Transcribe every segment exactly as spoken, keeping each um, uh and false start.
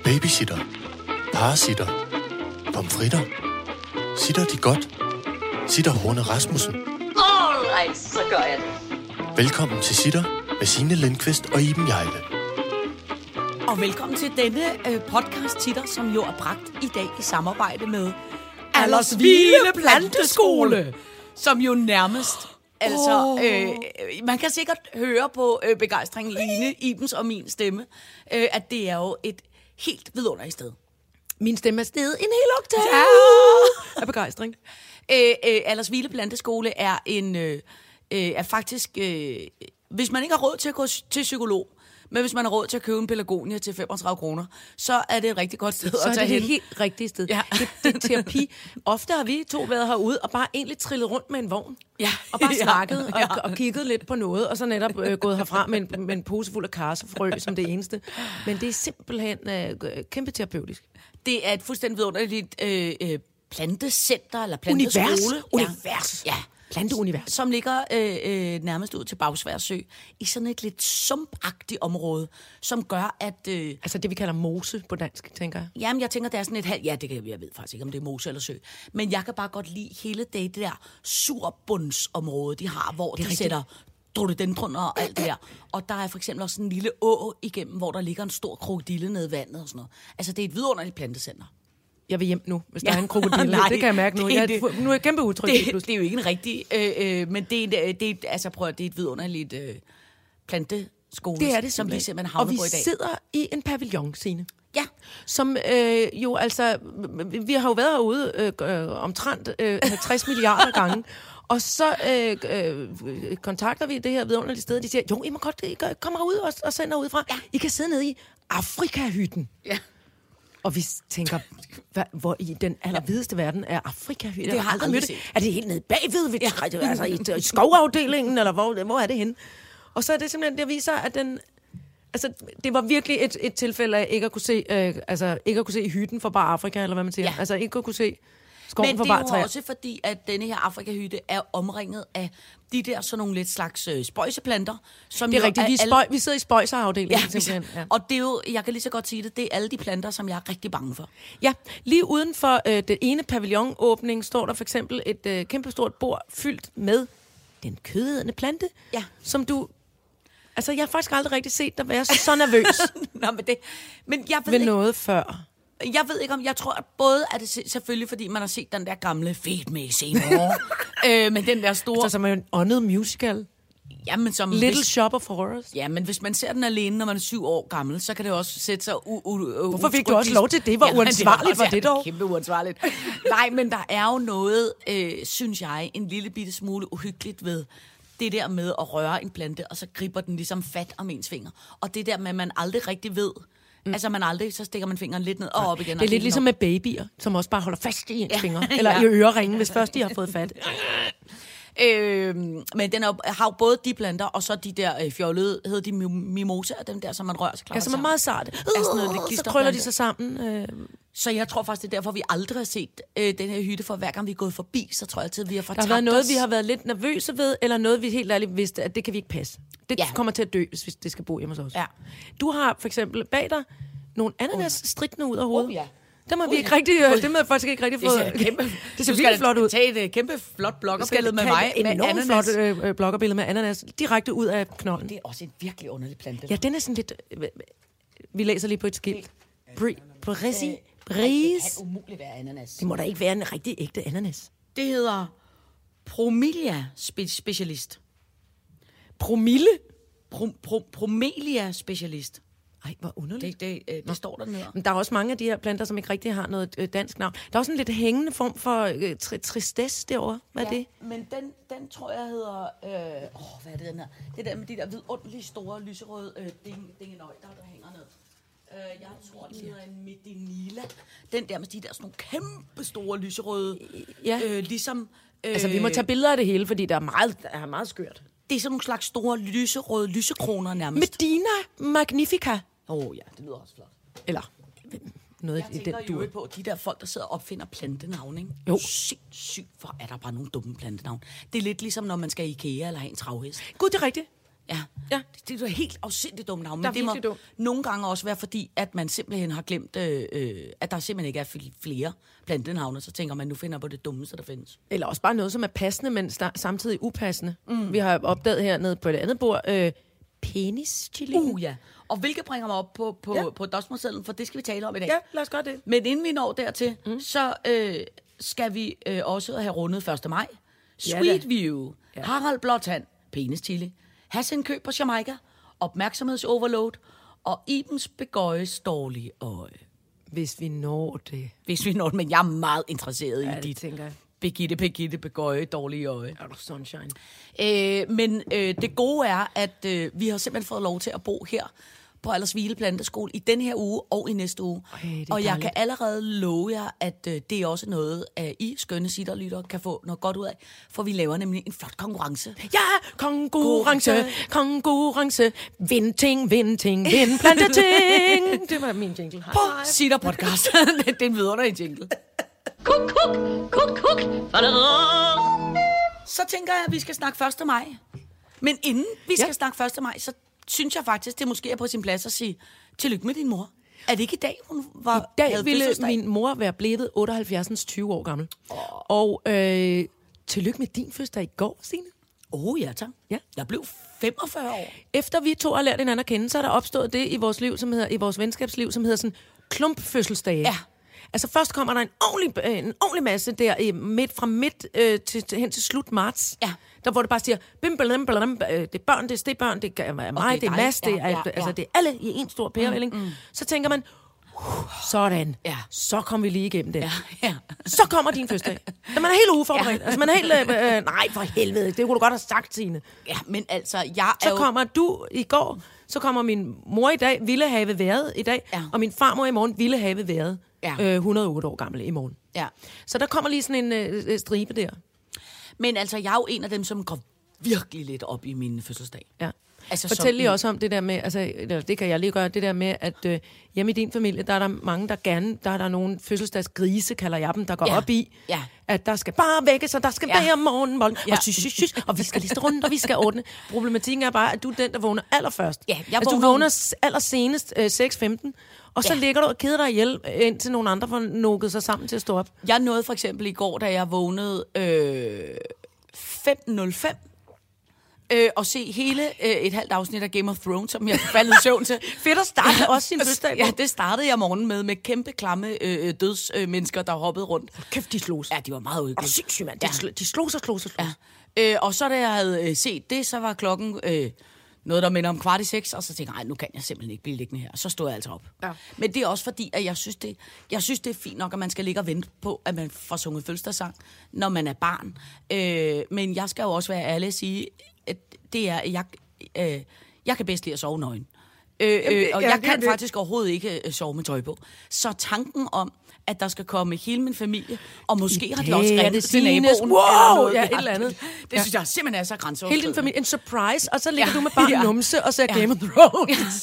Babysitter. Parasitter. Pomfritter. Sitter de godt? Sitter Horne Rasmussen. Alright, så gør jeg det. Velkommen til Sitter med Signe Lindqvist og Iben Hjejle. Og velkommen til denne øh, podcast Sitter, som jo er bragt i dag i samarbejde med Aldersvile Planteskole, som jo nærmest, altså, øh, man kan sikkert høre på øh, begejstringen Line, Ibens og min stemme, øh, at det er jo et helt vidunderligt sted. Min stemme er steget en hel oktav Ja. af begejstring. Øh, øh, Aldersvile Planteskole er en, øh, øh, er faktisk, øh, hvis man ikke har råd til at gå til psykolog, men hvis man har råd til at købe en pelargonia til femogtredive kroner, så er det et rigtig godt sted Så at er tage det hen. det helt rigtige sted. Ja. Det, det er terapi. Ofte har vi to været herude og bare egentlig trillet rundt med en vogn. Ja. Og bare Ja. snakket Ja. og, og kigget lidt på noget, og så netop øh, gået herfra med en, med en pose fuld af karsefrø som det eneste. Men det er simpelthen øh, kæmpe terapeutisk. Det er et fuldstændig vidunderligt øh, øh, plantecenter, eller planteskole. Univers. Univers. Ja. Planteunivers. Som ligger øh, øh, nærmest ud til Bagsværsø, i sådan et lidt sumpagtigt område, som gør, at... Øh, Altså det, vi kalder mose på dansk, tænker jeg. Jamen, jeg tænker, det er sådan et halvt... Ja, det kan jeg ved faktisk ikke, om det er mose eller sø. Men jeg kan bare godt lide hele det, det der surbundsområde, de har, hvor de rigtigt. sætter rhododendroner og alt det der. Og der er for eksempel også en lille å igennem, hvor der ligger en stor krokodille nede i vandet og sådan noget. Altså, det er et vidunderligt plantecenter. Jeg vil hjem nu, hvis Ja. der er en krokodille. Nej, det kan jeg mærke nu. det- Jeg, det- nu er jeg kæmpe utryg. Det, det er jo ikke en rigtig... Øh, øh, men det er, det er, altså, prøv at, det er et vidunderligt øh, planteskole, Det er det som vi simpelthen. simpelthen Og havner vi på i dag. sidder i en pavillon, Signe. Ja, Som øh, jo altså, vi har jo været herude øh, øh, omtrent øh, halvtreds milliarder gange, og så øh, øh, kontakter vi det her vidunderlige sted, de siger, jo, I må godt I kan komme herud og, og sende herudfra. Ja. I kan sidde nede i Afrikahytten. ja. Og vi tænker, hvad, hvor i den allerhvideste verden er Afrikahytten? Det har jeg aldrig mødt set. Er det helt nede bagved, ved, ja. altså i, i skovafdelingen, eller hvor, hvor er det henne? Og så er det simpelthen, det viser, at den... Altså, det var virkelig et, et tilfælde af ikke at kunne se, øh, altså ikke at kunne se hytten for bare Afrika, eller hvad man siger. Ja. Altså ikke at kunne se skoven Men for det er bare jo træer. også fordi, at denne her Afrikahytte er omringet af de der sådan nogle lidt slags øh, spøjseplanter. Som Det er jo rigtigt, vi, er alle- spøj, vi sidder i spøjserafdelingen Ja, simpelthen. Ja. og det er jo, jeg kan lige så godt sige det, det er alle de planter, som jeg er rigtig bange for. ja, lige uden for øh, det ene pavillonåbning står der for eksempel et øh, kæmpestort bord fyldt med den kødædende plante, Ja. som du... Altså, jeg har faktisk aldrig rigtig set dig være så nervøs Nå, men det, men jeg ved ved ikke, noget før. jeg ved ikke om, jeg tror, at både er det se- selvfølgelig, fordi man har set den der gamle Fedt med senere, øh, men den der store, Altså, som er jo en åndet musical. jamen som Little hvis, Shop of Horrors. ja, men hvis man ser den alene, når man er syv år gammel, så kan det også sætte sig u- u- u- Hvorfor fik du utryggeligt- også lov til det? Hvor Jamen, uansvarligt også- var det dog? Kæmpe uansvarligt. Nej, men der er jo noget, øh, synes jeg, en lille bitte smule uhyggeligt ved det der med at røre en plante, og så griber den ligesom fat om ens finger. Og det der med, at man aldrig rigtig ved, mm. altså man aldrig, så stikker man fingeren lidt ned og op igen. Det er lidt ligesom med babyer, som også bare holder fast i ens ja. fingre. Eller Ja. i øreringen, hvis først de har fået fat. Øh, men den er, jo- har jo både de planter, og så de der øh, fjollede, hedder de mi- mimosaer, dem der, som man rører sig klar. Ja, som er meget sarte. sådan noget lidt Så klisterplante. krøller de sig sammen. Øh. Så jeg tror faktisk, det er derfor, vi aldrig har set øh, den her hytte, for hver gang vi er gået forbi, så tror jeg altid, vi har Der fortabt har været noget, os. vi har været lidt nervøse ved, eller noget, vi helt ærligt vidste, at det kan vi ikke passe. Det Ja. ja. kommer til at dø, hvis det skal bo hjemme hos os. Ja. Du har for eksempel bag dig nogle ananas stridende ud af hovedet. Oh, ja. Dem har vi Oh, ikke ja. rigtig, øh, dem har jeg faktisk ikke rigtig Det fået. ser kæmpe, det ser du skal virkelig flot ud. tage et øh, kæmpe flot bloggerbillede med mig, Et med enormt ananas. flot øh, øh, bloggerbillede med ananas, direkte ud af knolden. Det er også en virkelig underlig plante. Ja, den er sådan lidt... øh, Vi læser lige på et skilt. Bri- Brise. Det Brise. kan umuligt være ananas. Det må da ikke være en rigtig ægte ananas. Det hedder Bromelia spe- specialist. Promille? Pro, pro, Bromelia specialist. Ej, hvor underligt. Det, det, øh, det står der nede. Men der er også mange af de her planter, som ikke rigtig har noget øh, dansk navn. Der er også en lidt hængende form for øh, tri- tristesse derovre. Hvad er Ja, det? men den, den tror jeg hedder... Øh, åh, hvad er det, den her? Det der med de der vidunderlige store lyserøde øh, ding, dingenøj, der, der hænger ned. Øh, jeg tror, det hedder en Medinilla. Den der med de der sådan nogle kæmpe store lyserøde... Ja. Øh, ligesom... Øh, Altså, vi må tage billeder af det hele, fordi der er meget, der er meget skørt. Det er sådan nogle slags store lyserøde lysekroner nærmest. Medina Magnifica. Åh oh, ja, det lyder også flot. Eller noget Jeg i den tænker jo dur. på de der folk, der sidder og opfinder plantenavn, ikke? Jo. Sindssygt, hvor er der bare nogle dumme plantenavn. Det er lidt ligesom, når man skal i IKEA eller have en travhest. Gud, det er rigtigt. Ja, Ja. det, det er helt afsindigt dumt navn, Der er men det må virkelig dumt. nogle gange også være fordi, at man simpelthen har glemt, øh, øh, at der simpelthen ikke er fl- flere plantenavne, så tænker man, nu finder på det dummeste, der findes. Eller også bare noget, som er passende, men sta- samtidig upassende. Mm. Vi har opdaget hernede på et andet bord, øh, penis-chili. Uh, ja. Og hvilket bringer mig op på, på, Ja. ja. på dosmersedlen, for det skal vi tale om i dag. Ja, lad os gøre det. Men inden vi når dertil, mm. så øh, skal vi øh, også have rundet første maj. Ja, Sweet da. View, Ja. Harald Blåtand, penis chili, Hassan Køb på Jamaica, opmærksomhedsoverload og Ibens Begøjes dårlige øje. Hvis vi når det. Hvis vi når det, men jeg er meget interesseret Ja, i det dit tænker jeg. Birgitte, Birgitte Begøje dårlige øje. Er du sunshine? Øh, men øh, det gode er, at øh, vi har simpelthen fået lov til at bo her på Aldershvile Planteskole i den her uge og i næste uge. Ej, det er og jeg dejligt. kan allerede love jer, at øh, det er også noget, at I skønne sitterlytter kan få noget godt ud af, for vi laver nemlig en flot konkurrence. Ja, konkurrence, konkurrence. Vind ting, vind ting, vind planteting. Det var min jingle. Hej, På hej. Sitter Podcast. Det er en vidunderlig jingle. Kuk, kuk, kuk, kuk. Så tænker jeg, at vi skal snakke første maj. Men inden vi skal Ja. snakke første maj, så synes jeg faktisk, det måske er på sin plads at sige tillykke med din mor. Er det ikke i dag, hun var, I dag havde ville fødselsdag? min mor være blevet otteoghalvfjerds tyve år gammel. Oh. Og øh, tillykke med din fødselsdag i går, Signe. Åh, oh, ja tak. Ja. Jeg blev femogfyrre år. Efter vi to har lært hinanden at kende, så er der opstået det i vores liv, som hedder, i vores venskabsliv, som hedder sådan klumpfødselsdage. Ja. Altså først kommer der en ordentlig, øh, en ordentlig masse der i midt, fra midt øh, til, til, hen til slut marts. Ja. Der hvor det bare siger, bim, bim, bim, bim, øh, det er børn, det er stedbørn, det er mig, Okay, det er dig. Mads, det er, Ja, ja, altså, ja. det er alle i en stor pærevælling. Mm, mm. Så tænker man, sådan, Ja. så kom vi lige igennem det. Ja, ja. Så kommer din fødselsdag. Man er helt uforberedt. Ja. Altså man er helt, øh, øh, nej for helvede, det kunne du godt have sagt, Signe. Ja, men altså, jeg er Så jo... kommer du i går, så kommer min mor i dag, ville have været i dag, Ja. og min farmor i morgen ville have været Ja. øh, hundrede og otte år gammel i morgen. Ja. Så der kommer lige sådan en øh, stribe der. Men altså, jeg er jo en af dem, som går virkelig lidt op i min fødselsdag. Ja. Altså, Fortæl som lige i- også om det der med, altså eller det kan jeg lige gøre, det der med, at øh, hjemme i din familie, der er der mange, der gerne, der er der nogle fødselsdagsgrise, kalder jeg dem, der går Ja. op i, Ja. at der skal bare vækkes, og der skal Ja. være morgenbold, Ja. og sys, sys, sys, og vi skal liste rundt, og vi skal ordne. Problematikken er bare, at du er den, der vågner allerførst. Ja, jeg altså, du vågner- vågner s- allersenest øh, seks femten, og så Ja. ligger du og keder dig ihjel, øh, indtil nogle andre får nukket sig sammen til at stå op. Jeg nåede for eksempel i går, da jeg vågnede øh, fem nul fem, øh, og se hele øh, et halvt afsnit af Game of Thrones, som jeg faldt i søvn til. Fedt at starte også sin fødselsdag på. Ja, det startede jeg morgen med, med kæmpe klamme øh, dødsmennesker, øh, mennesker, der hoppede rundt. Kæft, de slås. Ja, de var meget Og uhyggelige. sindssygt, mand. De, sl- de slog sig, slog sig, slog sig. Ja. Øh, og så da jeg havde øh, set det, så var klokken øh, noget, der minder om kvart i seks, og så tænkte jeg, nej, nu kan jeg simpelthen ikke blive liggende her. Så stod jeg altså op. Ja. Men det er også fordi, at jeg synes, det, jeg synes, det er fint nok, at man skal ligge og vente på, at man får sunget fødselsdagssang, når man er barn. Øh, men jeg skal jo også være ærlig at sige, at det er, jeg, øh, jeg kan bedst lide at sove nøgen. Øh, øh, og ja, jeg det- kan det- faktisk overhovedet ikke øh, sove med tøj på. Så tanken om, at der skal komme hele min familie, og måske har de også dag er ringet det til Signes. naboen. Wow, eller noget. ja, et eller andet. Det, det Ja. synes jeg simpelthen er så grænseoverskridende. Hele din familie, en surprise, og så ligger Ja. du med bare Ja. en numse og ser Ja. Game of Thrones.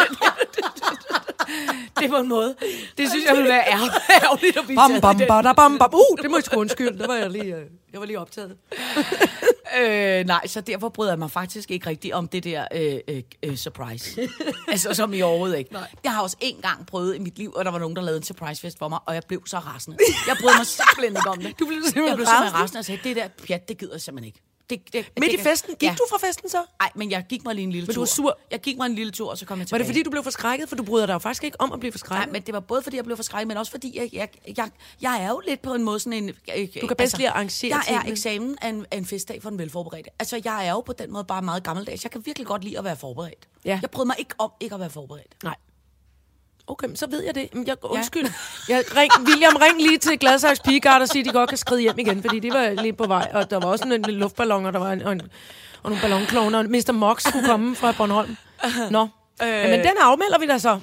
Det var en måde. Det synes jeg ville være ærger- ærgerligt at blive Bam, taget bam, i den. bam, bam, bam. Uh, det må jeg sgu undskylde. Der var jeg lige, øh, jeg var lige optaget. Øh, nej, så derfor bryder jeg mig faktisk ikke rigtigt om det der øh, øh, øh, surprise. Altså, som i overhovedet ikke. Nej. Jeg har også en gang prøvet i mit liv, og der var nogen, der lavede en surprise-fest for mig, og jeg blev så rasende. Jeg brød mig simpelthen ikke om det. Du blev simpelthen jeg blev simpelthen rasende? rasende og sagde, det der pjat, det gider jeg simpelthen ikke. Det, det, Midt det, i festen? Gik ja. du fra festen så? Nej, men jeg gik mig lige en lille Men tur. du var sur? Jeg gik mig en lille tur, og så kom jeg Var tilbage. det fordi, du blev forskrækket? For du bryder dig jo faktisk ikke om at blive forskrækket. Nej, men det var både fordi, jeg blev forskrækket, men også fordi, jeg, jeg, jeg, jeg er jo lidt på en måde sådan en... Du kan bedst lide at arrangere Jeg er tingene. eksamen af en, af en festdag for den velforberedte. Altså, jeg er jo på den måde bare meget gammeldags. Jeg kan virkelig godt lide at være forberedt. Ja. Jeg bryder mig ikke om ikke at være forberedt. Nej. Okay, men så ved jeg det. Men jeg, undskyld. Jeg ring, William, ring lige til Gladsaxe Pigard og sig, at de godt kan skride hjem igen, fordi de var lige på vej, og der var også en, en luftballon, og der var en, og, en, og nogle ballonklovner, og mister Mox skulle komme fra Bornholm. Nå, øh. men den afmelder vi da så.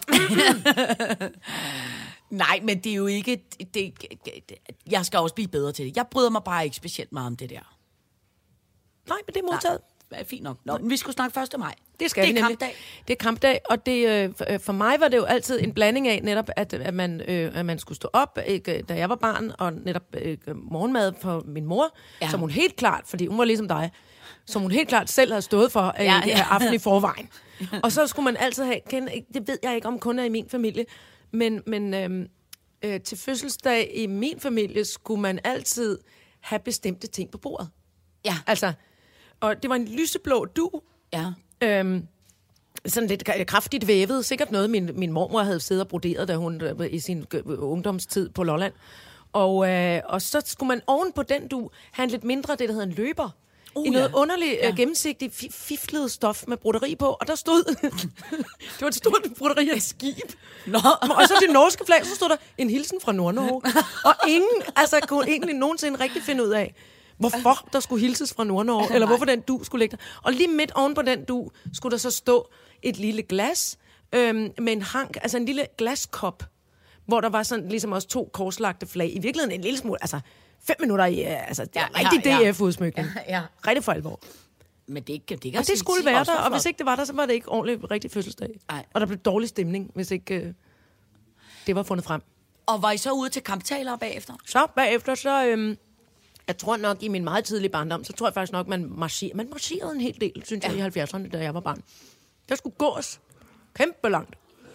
Nej, men det er jo ikke... Det, det, jeg skal også blive bedre til det. Jeg bryder mig bare ikke specielt meget om det der. Nej, men det er modtaget. Nej, fint nok. Nå, men vi skulle snakke første maj. Det skal Det er vi nemlig. kampdag. Det er kampdag, og det, øh, for mig var det jo altid en blanding af netop, at, at, man, øh, at man skulle stå op, ikke, da jeg var barn, og netop øh, morgenmad for min mor, Ja. som hun helt klart, fordi hun var ligesom dig, som hun helt klart selv havde stået for øh, Ja, ja, ja. ja. aften i forvejen. Og så skulle man altid have, kende, det ved jeg ikke om kun er i min familie, men, men øh, øh, til fødselsdag i min familie skulle man altid have bestemte ting på bordet. Ja. Altså, og det var en lyseblå dug, Ja. Øhm, sådan lidt kraftigt vævet. Sikkert noget, min, min mormor havde siddet og broderet, da hun øh, i sin øh, ungdomstid på Lolland. Og, øh, og så skulle man oven på den du have en lidt mindre, det der hedder en løber. Uh, I noget ja. underligt, Ja. ja. gennemsigtigt, fi- fiflet stof med broderi på. Og der stod, det var et stort broderi af et skib. Nå. Og så det norske flag, så stod der en hilsen fra Nord-Norge. Og ingen altså, kunne egentlig nogensinde rigtig finde ud af, hvorfor der skulle hilses fra Nord-Norge, eller hvorfor den du skulle ligge der. Og lige midt oven på den du skulle der så stå et lille glas øhm, med en hank, altså en lille glaskop, hvor der var sådan ligesom også to korslagte flag. I virkeligheden en lille smule, altså fem minutter i, altså det er Ja, rigtig ja, ja. D F-udsmykning. Ja. Rigtig for alvor. Men det, det, det kan Og det skulle være der, og hvis ikke det var der, så var det ikke ordentligt rigtig fødselsdag. Ej. Og der blev dårlig stemning, hvis ikke øh, det var fundet frem. Og var I så ude til kamptaler bagefter? Så bagefter, så... Øhm, jeg tror nok, i min meget tidlige barndom, så tror jeg faktisk nok, man marcherede, man marcherede en hel del, synes jeg, ja. i halvfjerdserne, da jeg var barn. Der skulle gås kæmpe langt.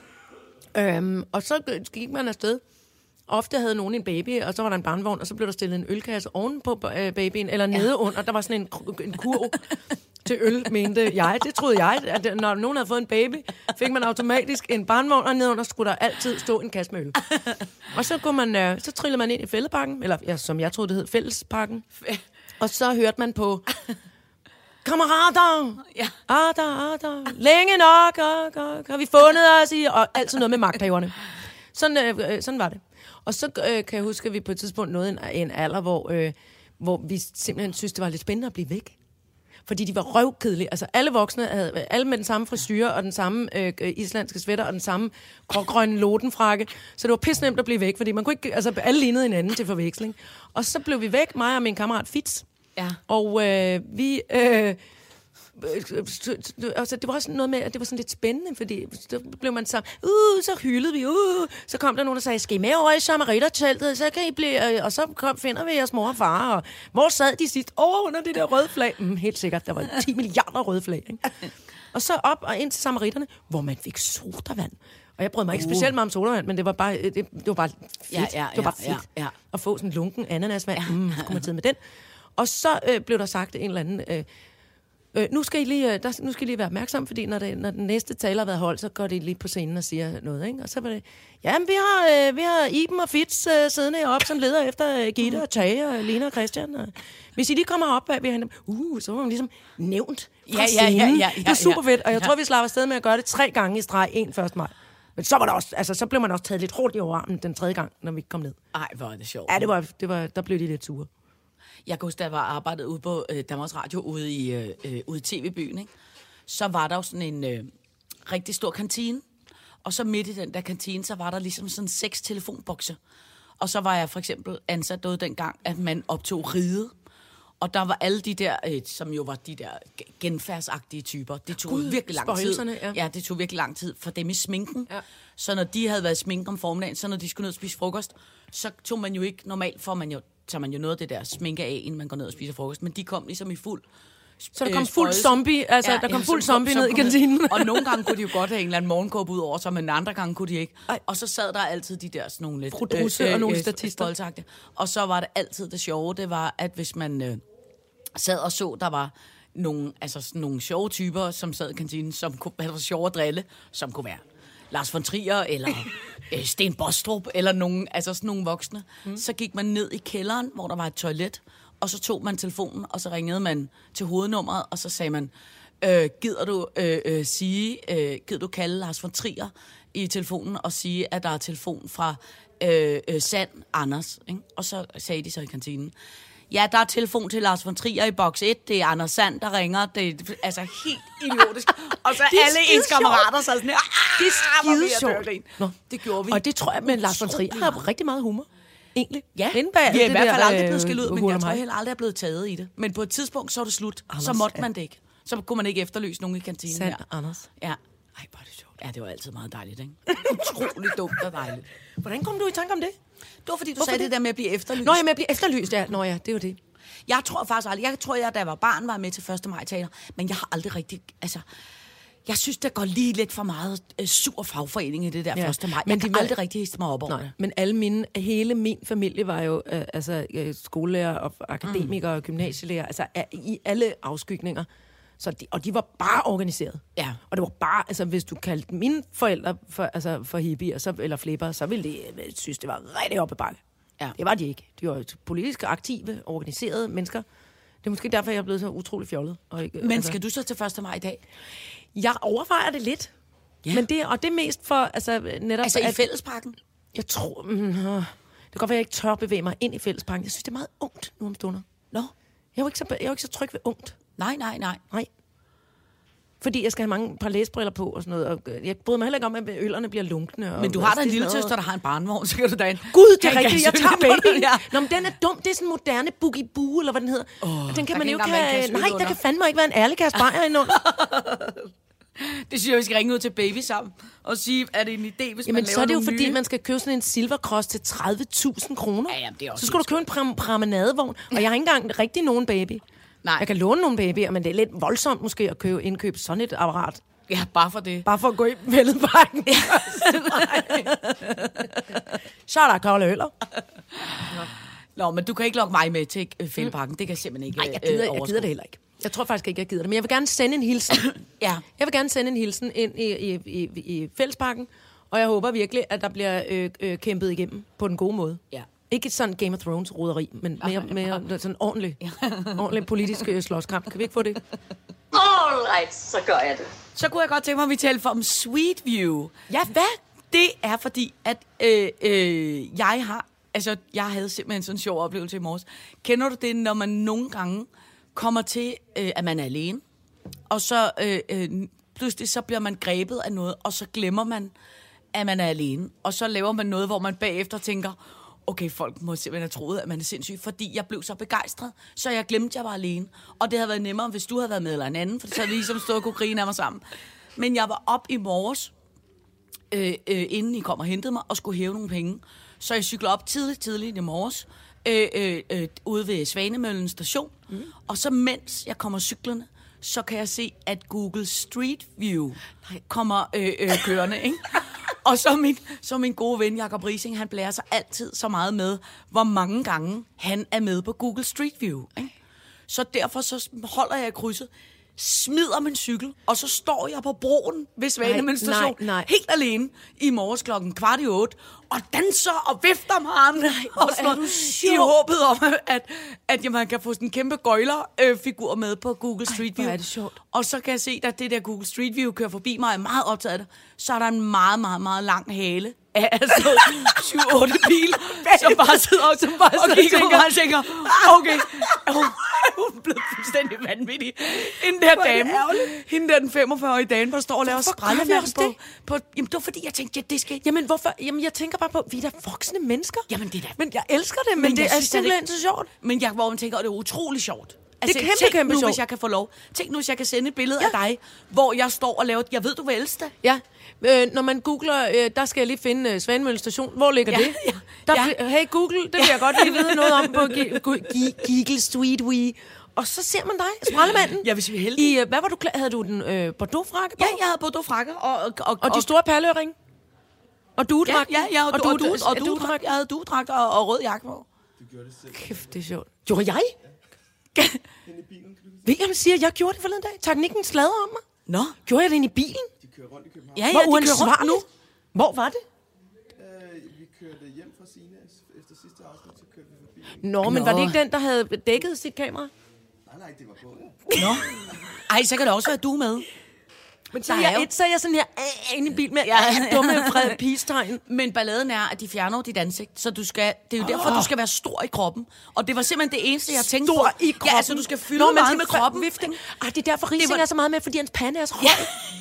Øhm, og så gik man afsted. Ofte havde nogen en baby, og så var der en barnevogn, og så blev der stillet en ølkasse oven på øh, babyen, eller nede ja. under. Der var sådan en, en kurv til øl, mente jeg. Det troede jeg, at når nogen havde fået en baby, fik man automatisk en barnevogn, og nedenunder skulle der altid stå en kasse med øl. Og så, kunne man, øh, så trillede man ind i fældeparken, eller ja, som jeg troede, det hed fællesparken. Og så hørte man på... Kammerater! Ja. Arter, arter. Længe nok, og, og, har vi fundet os i... Og altid noget med magthaverne. Sådan, øh, sådan var det. Og så øh, kan jeg huske, at vi på et tidspunkt nåede en, en alder, hvor, øh, hvor vi simpelthen synes, det var lidt spændende at blive væk. Fordi de var røvkedelige. Altså alle voksne havde alle med den samme frisyre og den samme øh, islandske sweater og den samme grågrønne lotenfrakke. Så det var pisnemt at blive væk, fordi man kunne ikke... Altså alle lignede hinanden til forveksling. Og så blev vi væk, mig og min kammerat Fitz. Ja. Og øh, vi... Øh, altså, det var også noget med, at det var sådan lidt spændende, fordi så blev man sammen, uh, så hyldede vi, uh, så kom der nogen, der sagde, skal I med over i samariterteltet, så kan I blive, og så kom, finder vi jeres mor og far, og hvor sad de sidst? Over under det der røde flag. Mm, helt sikkert, der var ti milliarder røde flag, ikke? Og så op og ind til samariterne, hvor man fik sodavand. Og jeg brød mig ikke uh. specielt meget om sodavand, men det var bare, det, det var bare fedt. Ja, ja, det var bare ja, fedt ja, ja. at få sådan en lunken ananasvand. Ja. Mm, så kunne man tid med den. Og så øh, blev der sagt en eller anden... Øh, Øh, nu, skal I lige, der, nu skal I lige være opmærksom, fordi når, det, når den næste taler har været holdt, så går de lige på scenen og siger noget, ikke? Og så var det, jamen vi har, øh, vi har Iben og Fitz øh, siddende heroppe, som leder efter øh, Gitte og Tage og Lena og Christian. Og hvis I lige kommer op, vi har dem, uh, så var man ligesom nævnt fra Ja, ja, scenen. ja, ja, ja, det var super fedt, og jeg ja. tror, vi slapper afsted med at gøre det tre gange i streg, en første maj. Men så var der også, altså så blev man også taget lidt hårdt i overarmen den tredje gang, når vi kom ned. Ej, hvor er det sjovt. Ja, det var, det var, der blev de lidt sure. Jeg kan huske, da jeg var arbejdet ude på øh, Danmarks Radio ude i, øh, ude i T V-byen, ikke? Så var der jo sådan en øh, rigtig stor kantine. Og så midt i den der kantine, så var der ligesom sådan seks telefonbokse. Og så var jeg for eksempel ansat derude dengang, at man optog ride. Og der var alle de der, øh, som jo var de der genfærdsagtige typer. Det tog Gud, virkelig lang tid. Ja. ja, det tog virkelig lang tid for dem i sminken. Ja. Så når de havde været i sminken om formiddagen, så når de skulle ned og spise frokost, så tog man jo ikke, normalt får man jo, tager man jo noget af det der sminke af, inden man går ned og spiser frokost. Men de kom ligesom i fuld... Så der kom øh, fuld sprøjse. zombie, altså ja, der kom ja, fuld som zombie kom, ned i kom ned. kantinen. Og nogle gange kunne de jo godt have en eller anden morgenkåbe ud over sig, men andre gange kunne de ikke. Ej. Og så sad der altid de der sådan nogle lidt... Fru Drusse og nogle statister. Stoltagtige. Og så var det altid det sjove, det var, at hvis man øh, sad og så, der var nogle, altså sådan nogle sjove typer, som sad i kantinen, som kunne være sjove at drille, som kunne være Lars von Trier, eller øh, Sten Bostrup, eller nogen, altså sådan nogle voksne. Mm. Så gik man ned i kælderen, hvor der var et toilet, og så tog man telefonen, og så ringede man til hovednummeret, og så sagde man, øh, gider du øh, øh, sige, øh, gider du kalde Lars von Trier i telefonen, og sige, at der er telefon fra øh, øh, Sand Anders, ikke? Og så sagde de så i kantinen, ja, der er telefon til Lars von Trier i boks et, det er Anders Sand, der ringer, det er altså helt idiotisk. Og så alle ens kammerater så sådan her, det er skide sjovt. Nå, det gjorde vi. Og det tror jeg, men Lars von Trier har rigtig meget humor. Egentlig. Ja, Indbag, vi er i det hvert fald der, aldrig øh, blevet skilt ud, men jeg tror hurlumhej. heller aldrig er blevet taget i det. Men på et tidspunkt, så er det slut. Anders, Så måtte ja. man det ikke. Så kunne man ikke efterlyse nogen i kantinen Sand, her. Anders. Ja. Ej, hvor er det sjovt. Ja, det var altid meget dejligt, ikke? Utroligt dumt og dejligt. Hvordan kom du i tanke om det? Det var, fordi du Hvorfor sagde det? det? det der med at blive efterlyst. Nå, jeg med at blive efterlyst, ja. Nå ja, det er jo det. Jeg tror faktisk aldrig, jeg tror, jeg da jeg var barn, var med til første maj-taler, men jeg har aldrig rigtig, altså, jeg synes, der går lige lidt for meget øh, sur fagforening i det der ja. første maj. Men jeg de kan var... aldrig rigtig hisse mig op over Nej, men alle mine, hele min familie var jo øh, altså, øh, skolelærer og akademikere mm. og gymnasielærer, altså øh, i alle afskygninger. Så de, og de var bare organiseret. Ja. Og det var bare, altså hvis du kaldte mine forældre for, altså, for hippier så, eller flipper, så ville de øh, synes, det var rigtig op ad bakke. Ja. Det var de ikke. De var politisk aktive, organiserede mennesker. Det er måske derfor, jeg er blevet så utrolig fjollet. Og ikke, Men altså, skal du så til første maj i dag? Jeg overvejer det lidt. Ja. Men det, og det er mest for, altså netop... Altså at, i fællesparken? Jeg tror... Mm, øh, det kan godt være, jeg ikke tør bevæge mig ind i fællesparken. Jeg synes, det er meget ungt nu om stunder. Nå? Jeg er jo ikke så, jeg er jo ikke så tryg ved ungt. Nej, nej, nej. Nej. Fordi jeg skal have mange par læsbriller på og sådan noget. Og jeg bryder mig heller ikke om, at ølerne bliver lunkne. Men du har da en lille søster, der har en barnevogn, så kan du da ind. Gud, det er rigtigt. Jeg tager babyen. Ja. Nå, men den er dum. Det er sådan en moderne boogie-boo, eller hvad den hedder. Oh, og den kan man jo ikke have... Nej, der kan fandme ikke være en ærlig kasse bajer indenunder. Det synes jeg, vi skal ringe ud til Baby sammen og sige, er det en idé, hvis jamen, man laver så er det jo nye? fordi, man skal købe sådan en silvercross til tredive tusind kroner. Ja, jamen, det er også så skal du købe en pram- promenadevogn, og jeg har ikke engang rigtig nogen baby. Nej. Jeg kan låne nogle babyer, men det er lidt voldsomt måske at købe indkøbe sådan et apparat. Ja, bare for det. Bare for at gå i Fælledparken. Ja. Så er der kolde øller. Nå, men du kan ikke lokke mig med til Fælledparken. Det kan jeg simpelthen ikke. Nej, jeg gider, jeg gider det heller ikke. Jeg tror faktisk ikke, jeg gider det. Men jeg vil gerne sende en hilsen. Ja. Jeg vil gerne sende en hilsen ind i, i, i, i Fællesparken, og jeg håber virkelig, at der bliver øh, øh, kæmpet igennem på den gode måde. Ja. Ikke et sådan Game of Thrones-roderi, men mere, mere sådan ordentlig, ordentlig politisk øh, slåskamp. Kan vi ikke få det? All right, så gør jeg det. Så kunne jeg godt tænke mig, at vi talte for om Sweet View. Ja, hvad? Det er fordi, at øh, øh, jeg har... Altså, jeg havde simpelthen sådan en sjov oplevelse i morges. Kender du det, når man nogle gange kommer til, øh, at man er alene, og så øh, øh, pludselig så bliver man grebet af noget, og så glemmer man, at man er alene. Og så laver man noget, hvor man bagefter tænker, okay, folk må simpelthen have troet, at man er sindssyg, fordi jeg blev så begejstret, så jeg glemte, at jeg var alene. Og det havde været nemmere, hvis du havde været med eller en anden, for så havde vi ligesom stået og kunne grine af mig sammen. Men jeg var op i morges, øh, øh, inden I kom og hentede mig, og skulle hæve nogle penge. Så jeg cyklede op tidligt, tidligt i morges, øh, øh, øh, ude ved Svanemøllen station. Mm. Og så mens jeg kommer cyklerne, så kan jeg se, at Google Street View kommer øh, øh, kørende, ikke? Og så min, så min gode ven, Jacob Riesing, han blærer sig altid så meget med, hvor mange gange han er med på Google Street View, ikke? Så derfor så holder jeg i krydset, smider min cykel, og så står jeg på broen ved Svanemøllen station, nej, nej. helt alene, i morges klokken kvart i otte, og danser og vifter med armene, og sådan noget, i håbet om, at, at man kan få sådan en kæmpe gøjler-figur med på Google Street View. Ej, er det sjovt. Og så kan jeg se, at det der Google Street View kører forbi mig, og jeg er meget optaget af det, så er der en meget, meget, meget lang hale af altså syv otte bil, som bare sidder og, som bare og kigger på mig og tænker, okay, hun er blevet fuldstændig vanvittig. Hende der dame, hende der den femogfyrre-årige dame, der står og laver skraldemand på, på... Jamen, det var fordi, jeg tænkte, ja, det skal... Jamen, hvorfor? Jamen, jeg tænker bare på, vi er da voksne mennesker. Jamen, det er da... Men jeg elsker det, men, men det er simpelthen så sjovt. Men jeg, hvor man tænker, at det er utrolig sjovt. Altså, det er kæmpe, tænk kæmpe nu, sjovt. Hvis jeg kan få lov. Tænk nu, hvis jeg kan sende et billede ja. af dig, hvor jeg står og laver... Jeg ved, du vil elske det. Ja. Øh, når man googler, øh, der skal jeg lige finde øh, Svanemøllen station. Hvor ligger ja, det? Ja, der, ja. Hey Google, det vil jeg godt lige vide noget om på Google Street View. Og så ser man dig, sprællemanden. Ja, hvis vi er heldige. I, øh, hvad var du klar? Havde du den øh, Bordeaux-frakke på? Ja, jeg havde Bordeaux-frakke. Og, og, og, og de store perløring? Og duedragt? Ja, ja, ja, og, og, du, og, du, og duedragt. Jeg havde duedragt og, og rød jakke på. Du gjorde det selv. Kæft, det er sjovt. Gjorde jeg? Ja. Hen i bilen, kan du Ved jeg, siger, jeg gjorde det forleden dag. Teknikken sladrer om mig. Nå. Gjorde jeg det inde i bilen? De kører rundt i København. Ja, ja, Hvor de kører uansvarligt. rundt nu. Hvor var det? Øh, vi kørte hjem fra Sina efter sidste afsnit, så kørte vi forbi. Nå, men Nå. var det ikke den, der havde dækket sit kamera? Nej, nej, det var på. Nå. Ej, så kan det også være du med. Men så Der er er jeg, jo- et, så er jeg sådan her øh, inde i bil med Ja. ja. dumme Fred Peace-tegn. Men balladen er, at de fjerner jo dit ansigt, så du skal, det er jo derfor, du skal være stor i kroppen. Og det var simpelthen det eneste, jeg tænkte Stor på. i kroppen. Ja, altså, du skal fylde Nå, Nå, man meget skal med fa- kroppen. vifting. Ej, det er derfor, Riesing var- er så meget med, fordi hans pande er så høj.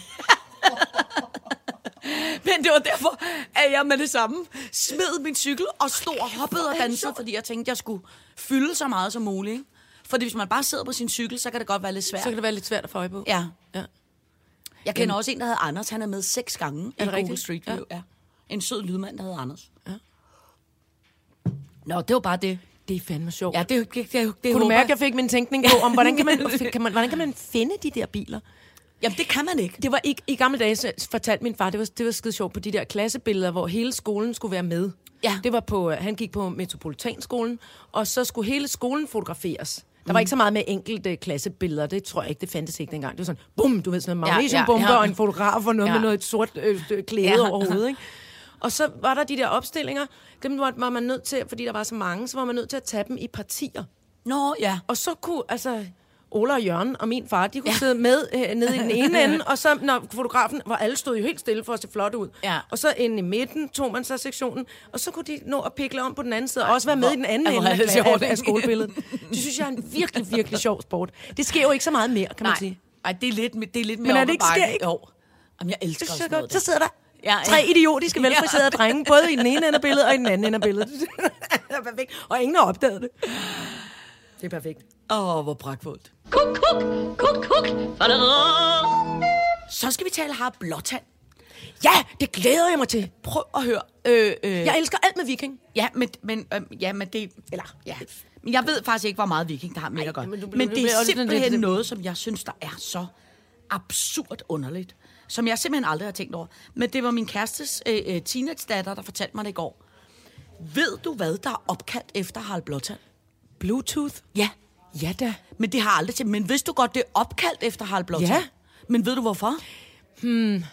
Men det var derfor, at jeg med det samme smed min cykel og stod og hoppede og dansede, fordi jeg tænkte, jeg skulle fylde så meget som muligt. Ikke? Fordi hvis man bare sidder på sin cykel, så kan det godt være lidt svært. Så kan det være lidt svært at få øje på. Ja. Ja. Jeg kender også en, der hedder Anders. Han er med seks gange i Google rigtigt? Street View. Ja. Ja. En sød lydmand, der hedder Anders. Ja. Nå, det var bare det. Det er fandme sjovt. Ja, det, det, det, det Kunne du mærke, at jeg fik min tænkning på, om hvordan kan, man, kan man, hvordan kan man finde de der biler? Jamen, det kan man ikke. Det var i, i gamle dage, så fortalte min far, det var, det var skide sjovt på de der klassebilleder, hvor hele skolen skulle være med. Ja. Det var på, han gik på Metropolitanskolen, og så skulle hele skolen fotograferes. Der var ikke så meget med enkelte klassebilleder, det tror jeg ikke, det fandtes ikke dengang. Det var sådan, bum, du ved, sådan en magnesiumbombe ja, ja, ja. og en fotograf og noget ja. med noget sort øh, klæde ja. over hovedet, ikke? Og så var der de der opstillinger, dem var, var man nødt til, fordi der var så mange, så var man nødt til at tage dem i partier. Nå, ja. Og så kunne, altså, Ola og Jørgen og min far, de kunne ja. sidde med øh, nede i den ene ende, og så, når fotografen, hvor alle stod jo helt stille for at se flot ud. Ja. Og så inde i midten tog man så sektionen, og så kunne de nå at pikle om på den anden side, og også være med hvor, i den anden ende af, af, af skolebilledet. Det synes jeg er en virkelig, virkelig sjov sport. Det sker jo ikke så meget mere, kan Nej. man sige. Nej, det er lidt, det er lidt mere Men er det ikke sker ikke? Jo. Jamen, jeg elsker det også noget godt. Så sidder der ja, ja. tre idiotiske, velfriserede ja. drenge, både i den ene ende af billedet og i den anden ende af billedet. Det er perfekt. Og ingen har opdaget det. Det er perfekt. Åh, oh, hvor pragtfuldt. Kuk, kuk, kuk, kuk. Så skal vi tale Harald Blåtand. Ja, det glæder jeg mig til. Prøv at høre. Øh, øh. Jeg elsker alt med viking. Ja, men, men, øh, ja, men det... Eller, ja. Men jeg ved faktisk ikke, hvor meget viking, der har med at gøre. Men, men det er simpelthen noget, som jeg synes, der er så absurd underligt. Som jeg simpelthen aldrig har tænkt over. Men det var min kærestes øh, øh, teenage-datter, der fortalte mig det i går. Ved du, hvad der er opkaldt efter Harald Blåtand? Bluetooth? Ja. Ja da. Men det har aldrig til. Men vidste du godt, det er opkaldt efter Harald Blåtand? Ja. Men ved du hvorfor? Hmm.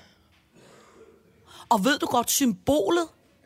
Og ved du godt symbolet?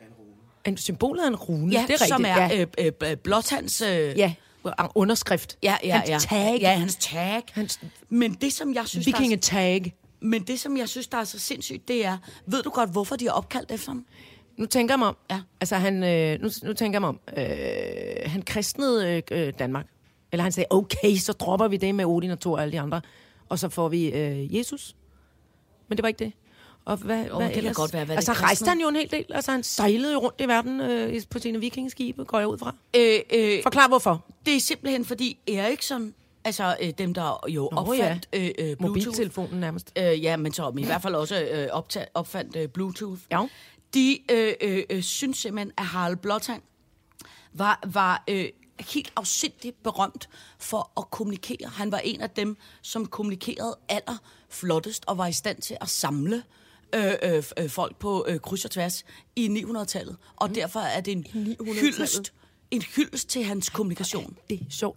En symbolet er en rune. Ja, det er som rigtigt. er øh, øh, Blåtands... Øh, ja, underskrift. Ja, ja, hans ja. tag. Ja, hans tag. Hans men det, som jeg synes... Vikingetag. Men det, som jeg synes, der er så sindssygt, det er... Ved du godt, hvorfor de er opkaldt efter ham? Nu tænker jeg mig om... Ja. Altså, han... Øh, nu, nu tænker jeg mig om... Øh, han kristnede øh, Danmark. Eller han sagde, okay, så dropper vi det med Odin og Thor og alle de andre. Og så får vi øh, Jesus. Men det var ikke det. Og hvad, oh, hvad det kan godt være, hvad altså, det rejste han jo en hel del. Altså, han sejlede jo rundt i verden øh, på sine vikingeskibe, går jeg ud fra. Øh, øh, Forklar hvorfor. Det er simpelthen, fordi Ericsson... Altså, øh, dem, der jo Nå, opfandt ja. øh, øh, Bluetooth. Mobiltelefonen nærmest. Øh, ja, men så men i hvert fald også øh, optag, opfandt øh, Bluetooth. Ja. De øh, øh, øh, synes simpelthen, at Harald Blåtand var, var øh, helt afsindigt berømt for at kommunikere. Han var en af dem, som kommunikerede allerflottest og var i stand til at samle øh, øh, folk på øh, kryds og tværs i nihundredetallet. Og mm. derfor er det en hyldest, en hyldest til hans kommunikation. Det er sjovt.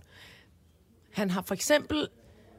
Han har for eksempel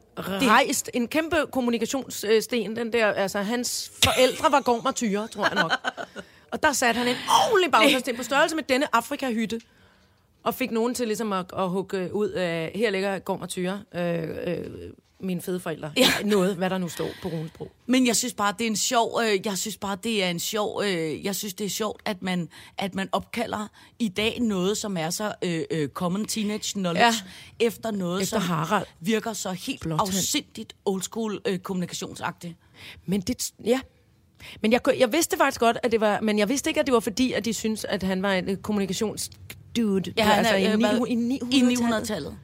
rejst en kæmpe kommunikationssten, den der, altså hans forældre var gårdmartyrer, tror jeg nok. Og der satte han en ordentlig bagtagsten på størrelse med denne Afrika-hytte, og fik nogen til ligesom at, at hugge ud af, her ligger gårdmartyrer, øh, øh, mine fede forældre. Ja. Noget, hvad der nu står på runesprog. Men jeg synes bare, det er en sjov, øh, jeg synes bare, det er en sjov, øh, jeg synes, det er sjovt, at man, at man opkalder i dag noget, som er så øh, øh, common teenage knowledge, ja. efter noget, efter som Harald. virker så helt Blåtand. Afsindigt old school øh, kommunikationsagtigt. Men det, ja. Men jeg, jeg vidste faktisk godt, at det var, men jeg vidste ikke, at det var fordi, at de synes at han var en kommunikationsdude. Ja, han er, altså øh, i nihundredetallet.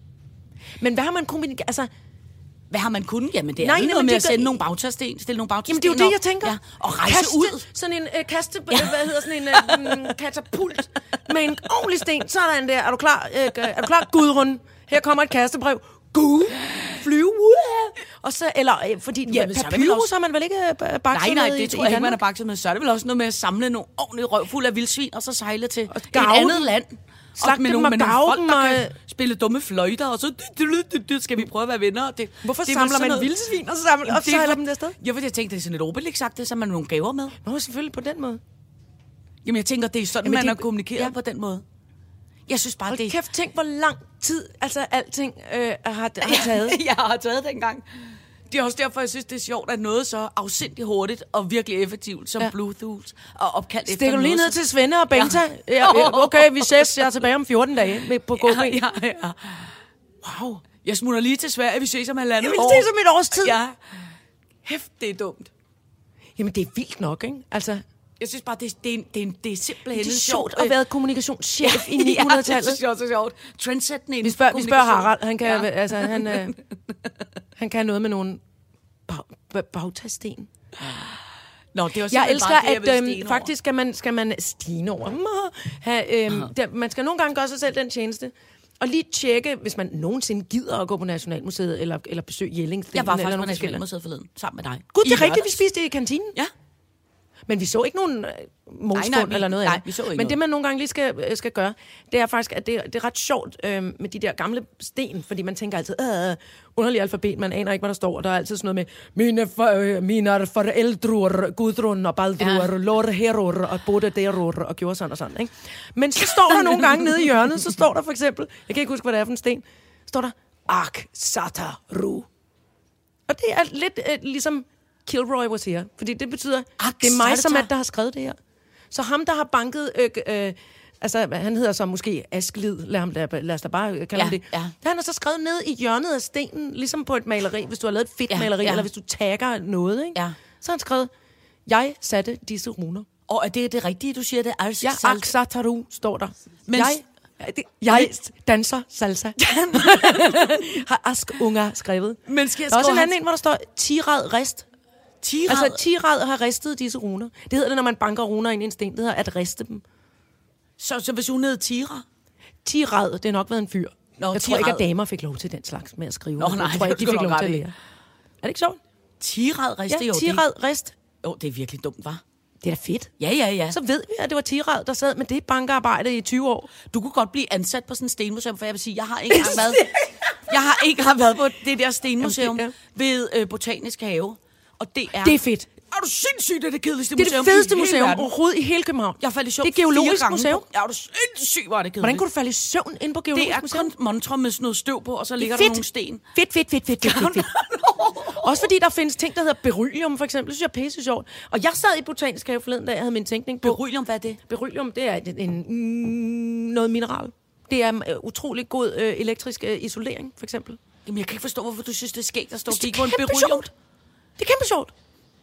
Men hvad har man kommunikeret? Altså, hvad har man kunnet? Jamen, det er Nej, noget men med det at sende nogle bagtagsten, stille nogle bagtagsten Jamen, det er jo det, jeg tænker. Ja, og rejse kaste, ud. Sådan en uh, kaste, ja. hvad hedder sådan en uh, katapult med en ordentlig sten. Sådan der. Er du klar? Uh, er du klar, Gudrun? Her kommer et kastebrev. Gud, flyve ud. Og så, eller, uh, fordi ja, papyrus også... har man vel ikke uh, bakset Nej, nej, det i, tror jeg ikke, man har bakset med. Så er det vel også noget med at samle nogle ordentlige røvfulde af vildsvin, og så sejle til et andet land. Slag med nogle, med nogle folk, der kan spille dumme fløjter, og så skal vi prøve at være venner. Det, Hvorfor det samler man noget... vildsvin, og så samler og sejler dem der sted? Jeg ved, jeg tænkte, det er sådan lidt Obelix-agtigt, så man nogle gaver med. Nå, selvfølgelig på den måde. Jamen, jeg tænker, det er sådan, Jamen, man de... har kommunikeret ja. på den måde. Jeg synes bare, Hold det... kæft, tænk, hvor lang tid altså alting øh, har, har taget. Jeg har taget dengang. Det er også derfor, jeg synes, det er sjovt, at noget så afsindigt hurtigt og virkelig effektivt som ja. Bluetooth og opkaldt efter Stikker du lige noget, ned til Svende og Benta? Ja. Ja, okay, vi ses. Jeg er tilbage om fjorten dage på G B. Ja, ja, ja. Wow. Jeg smutter lige til Sverige, vi ses om halvandet år. Jeg vil ses om et års tid. Ja. Hæft, det er dumt. Jamen, det er vildt nok, ikke? Altså... Jeg synes bare, det, det, er, det, er, det er simpelthen Det er en sjovt sjov... at være kommunikationschef i Ja, ni hundrede-tallet. det er sjovt, så sjovt. Trendsættende inden Vi spørger, for vi spørger kommunikation. Harald. Han kan, Ja. ja. altså, han, øh, han kan noget med nogle bag, bag, bagtasten. Nå, det var Jeg simpelthen elsker, bare det, jeg at ville øhm, stene over. faktisk skal man, skal man stine over. Ha, øhm, der, man skal nogle gange gøre sig selv den tjeneste. Og lige tjekke, hvis man nogensinde gider at gå på Nationalmuseet, eller, eller besøge Jellingstenen. Jeg var faktisk eller på nogle forskellige. Nationalmuseet forleden, sammen med dig. Gud, det I er rigtigt, vi lørdags. spiste i kantinen. Ja. Men vi så ikke nogen øh, nej, modstund vi- eller noget nej, andet. vi så ikke Men noget. det, man nogle gange lige skal, øh, skal gøre, det er faktisk, at det, det er ret sjovt øh, med de der gamle sten, fordi man tænker altid, øh, underlig alfabet, man aner ikke, hvad der står, og der er altid sådan noget med, mine, for, øh, mine forældrur, Gudrun og Baldrur, ja. Lor Heror og både deror, og gjorde sådan og sådan, ikke? Men så står der nogle gange nede i hjørnet, så står der for eksempel, jeg kan ikke huske, hvad det er for en sten, står der, Ak Sataru. Og det er lidt øh, ligesom Kilroy was here, fordi det betyder, Ak, det er mig Sata. som at der har skrevet det her. Så ham, der har banket, øh, øh, altså han hedder så måske Asklid, lad, ham, lad, lad os da bare kalde Ja, ham det. ja. Han har så skrevet ned i hjørnet af stenen, ligesom på et maleri, hvis du har lavet et fedt Ja, maleri, ja. eller hvis du tagger noget, ikke? Ja. Så har han skrevet, jeg satte disse runer. Og er det det rigtige, du siger det? Altså, Ja, Aksataru står der. Men- jeg, det, jeg danser salsa. Har Ask Unger skrevet. Men skal jeg Der er også skrive en anden hans- en, hvor der står Tirad Rist. Tirad. Altså, Tirad har ristet disse runer. Det hedder det, når man banker runer ind i en sten. Det hedder at riste dem. så, så hvis hun hed Tira? Tirad, det har nok været en fyr. Nå, jeg tror ikke, Tirad. at damer fik lov til den slags med at skrive. Nå, nej, jeg det tror er ikke, de du fik nok lov til ret at i. lære. Er det ikke sjovt? Tirad riste Ja, jo. det- Tirad Rist. Jo, det er virkelig dumt, var. Det er da fedt. Ja, ja, ja. Så ved vi, at det var Tirad, der sad med det bankearbejde i tyve år. Du kunne godt blive ansat på sådan et stenmuseum, for jeg vil sige, jeg har ikke engang været, jeg har ikke engang været på det der stenmuseum Jamen, ved øh, Botanisk Have. Og det er... Det er fedt. Er du sindssygt, det er det kedeligste Det er museum det fedeste i hele museum verden. overhovedet i hele København. Jeg faldt i søvn Det er geologisk fire gange museum. På, ja, er du sindssygt, hvor er det kedeligt. Hvordan kunne du falde i søvn inde på Det geologisk er museum? kun montre med sådan noget støv på, og så ligger fedt. der nogle sten. Fedt, fedt, fedt, fedt, fedt, fedt, fedt. Også fordi der findes ting, der hedder beryllium, for eksempel. Det synes jeg er pisse sjovt. Og jeg sad i Botanisk Have forleden, da jeg havde min tænkning på... Beryllium, hvad er det? Beryllium, det er en, en, mm, noget mineral. Det er øh, utrolig god øh, elektrisk øh, isolering, for eksempel. Jamen, jeg kan ikke forstå, hvorfor du synes, det er skægt at stå og Det er kigge på en kæmpe beryllium. sjovt. Det er kæmpe sjovt.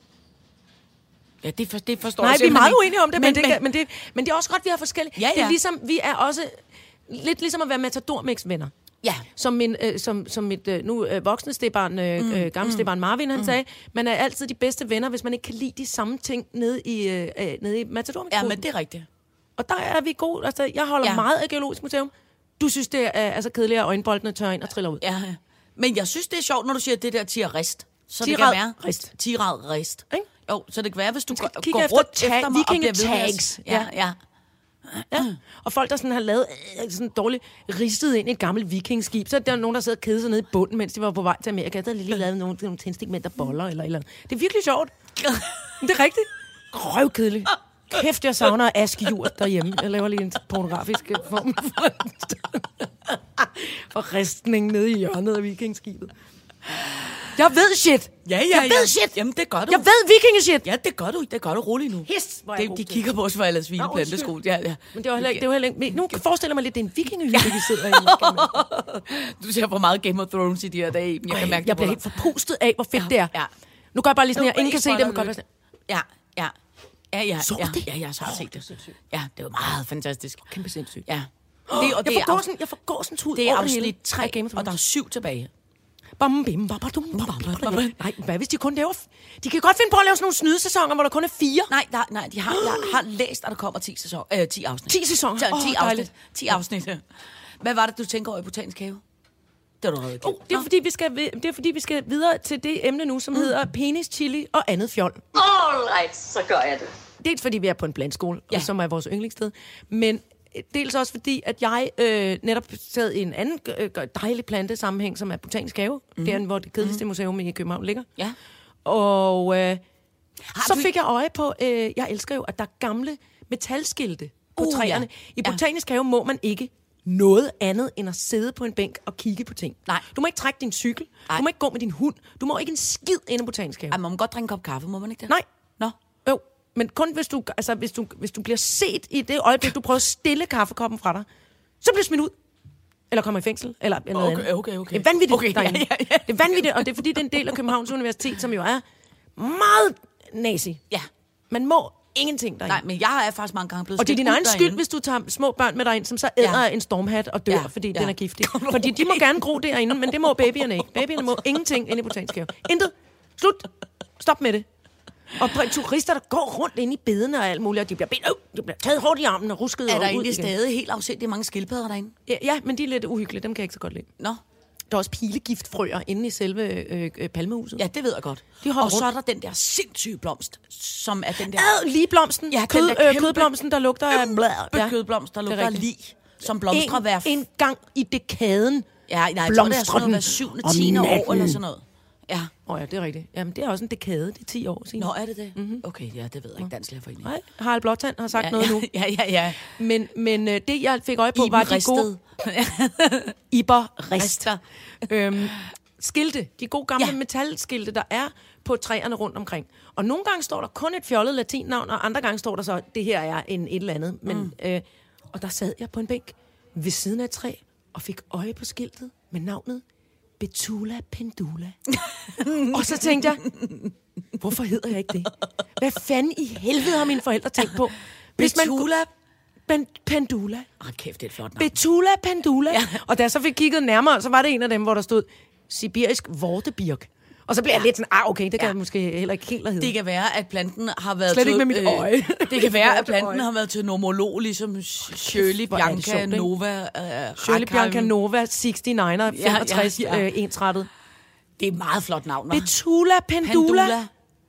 Ja, det, for, det forstår Nej, jeg vi er simpelthen meget ikke. uenige om det, men, men, det, men, kan- men, det, men det er også godt, vi har forskellige. Ja, Det er ja. ligesom, vi er også lidt ligesom at være Matador-mix-venner. ja, Som, min, øh, som, som mit øh, nu øh, voksne Steban, øh, mm, øh, gamle mm, Steban Marvin, han mm. sagde, man er altid de bedste venner, hvis man ikke kan lide de samme ting nede i, øh, øh, nede i matador ja, men det er rigtigt. Og der er vi gode. Altså, jeg holder Ja. ja. meget af Geologisk Museum. Du synes, det er altså kedeligt, at øjenboldene tør ind og triller ud. Ja, ja. Men jeg synes, det er sjovt, når du siger det der tirarist. Så det Tirad kan være... rist. Tirad rist. Ikke? Jo, så det kan være, hvis du går, kigge går efter rundt tag- efter mig og bliver ved med at- vikingetags. Ja, ja. Ja. Og folk, der sådan har lavet øh, sådan dårligt ristet ind i et gammelt vikingskib, så er der nogen, der sidder og keder sig nede i bunden, mens de var på vej til Amerika. Der er lige lavet nogle, nogle tændstikmænd, der boller eller et eller andet. Det er virkelig sjovt. Det er rigtigt. Røvkedeligt. Kæft, jeg savner askejur derhjemme. Jeg laver lige en pornografisk form for, for ristning nede i hjørnet af vikingskibet. Jeg ved shit. Ja, ja, Jeg ved ja. shit. Jamen, det gør du. Jeg ved vikingeshit. Ja, det gør du. Det gør du roligt nu. Hist, hvor er jeg det, god de til. kigger på os for ellers vilde Nå, undskyld. planteskole. Ja, ja. Men det var heller ikke... Det var heller ikke men nu forestiller jeg mig lidt, det er en vikingehylde, vi sidder i. Du ser for meget Game of Thrones i de her dage. Jeg kan mærke Jeg det bliver på helt dig. forpustet af, hvor fedt Ja, det er. ja. Nu gør jeg bare lige sådan her. Nu, Ingen kan se det, men ikke gør bare sådan Ja, ja. Ja, ja, Så ja, det? ja, jeg har Åh, set det er det. sindssygt. Ja, det var meget fantastisk. her. Kæmpe sindssygt. Ja. Det, og det Jeg er, får afs- gåsen, jeg får gåsen tud det er over det hele afsnit af tre, Game of og der er Thrones. syv tilbage. Bam, bim, babadum, babadum. Nej, hvad hvis de kun laver... De kan godt finde på at lave sådan nogle snydesæsoner, hvor der kun er fire. Nej, der, nej, de har, jeg har læst, at der kommer ti, sæson, øh, ti afsnit. ti sæsoner. Så, Åh, ti dejligt. afsnit. ti afsnit. Hvad var det, du tænker over i Botanisk Have? Det var du reddet. Oh, det, er, fordi, vi skal, det er fordi, vi skal videre til det emne nu, som mm. hedder penis, chili og andet fjol. All right, så gør jeg det. Dels fordi vi er på en blandskole, Ja. ja. som er vores yndlingssted, men dels også fordi, at jeg øh, netop sad i en anden øh, dejlig plantesammenhæng, som er Botanisk Have. Mm. Det er, hvor det kedeligste mm. museum i København ligger. Ja. Og øh, så du- fik jeg øje på, øh, jeg elsker jo, at der er gamle metalskilte på Uh, træerne. ja. I Ja. Botanisk Have må man ikke noget andet end at sidde på en bænk og kigge på ting. Nej. Du må ikke trække din cykel. Nej. Du må ikke gå med din hund. Du må ikke en skid inde i Botanisk Have. Ej, man må godt drikke en kop kaffe, må man ikke det? Nej. Nå. Jo, men kun hvis du, altså, hvis, du, hvis du bliver set i det øjeblik, du prøver at stille kaffekoppen fra dig, så bliver du smidt ud. Eller kommer i fængsel, eller, eller noget Okay, andet. okay, okay. Det er vanvittigt Okay, ja, derinde. ja, ja. Det er vanvittigt, og det er fordi, det er en del af Københavns Universitet, som jo er meget nazi. Ja. Man må ingenting derinde. Nej, men jeg er faktisk mange gange blevet Og det er smidt din ud egen derinde. skyld, hvis du tager små børn med dig ind, som så æder Ja. en stormhat og dør, Ja, fordi ja. den er giftig. Fordi de må gerne gro derinde, men det må babyerne ikke. Babyerne må ingenting inde i botanisk have. Intet. Slut. Stop med det. Og turister, der går rundt inde i bedene og alt muligt, og de bliver, bedt, øh, de bliver taget hårdt i armen og rusket Er der ud egentlig igen. stadig helt afsindigt mange skildpadder derinde? Ja, ja, men de er lidt uhyggelige. Dem kan jeg ikke så godt lide. Nå, Der er også pilegiftfrøer inde i selve øh, øh, palmehuset. ja, det ved jeg godt. De hopper og så er rundt. der den der sindssyge blomst, som er den der Ad, lige blomsten. Ja, den Kød, der øh, kæmpe- kødblomsten, der lugter af... kæmpe Ja. kødblomst, der Det er lugter rigtigt. lig, som blomstrer hver... En, en gang i dekaden. Ja, nej, jeg tror, det er blomstrer sådan noget den hver syvende, om tiende år natten. eller sådan noget. Ja. Åh oh, ja, det er rigtigt. Jamen, det er også en dekade. Det er ti år siden. Nå, er det det? Mm-hmm. Okay, ja, det ved jeg ikke. Dansk Lærerforening. Nej, Harald Blåtand har sagt Ja, noget ja, nu. ja, ja, ja. Men, men øh, det, jeg fik øje på, Iben var de Risted. gode... Iber Rist. Rister. øhm, skilte. De gode gamle Ja. ja. metalskilte, der er på træerne rundt omkring. Og nogle gange står der kun et fjollet latinnavn, og andre gange står der så, det her er en et eller andet. Men, mm. øh, og der sad jeg på en bænk ved siden af et træ, og fik øje på skiltet med navnet Betula Pendula. Og så tænkte jeg, hvorfor hedder jeg ikke det? Hvad fanden i helvede har mine forældre tænkt på? Hvis man- Betula. Ben, Pendula. Åh, kæft, det er et flot navn. Betula Pendula. Ja. Ja. Og da jeg så fik kigget nærmere, så var det en af dem, hvor der stod sibirisk vortebirk. Og så blev jeg lidt sådan, ah okay, det kan Ja. jeg måske heller ikke helt hedde. Det kan være, at planten har været Slet til... ikke med mit øje. det kan være, at planten Øje. har været til nomolog, ligesom Shirley hvor er det Bianca sjovt, ikke? Nova. Uh, Shirley Bianca Nova, seksogtres, femogtres, ja, ja. øh, ensrettet. Det er et meget flot navn, hva'? Betula Pendula. Pendula.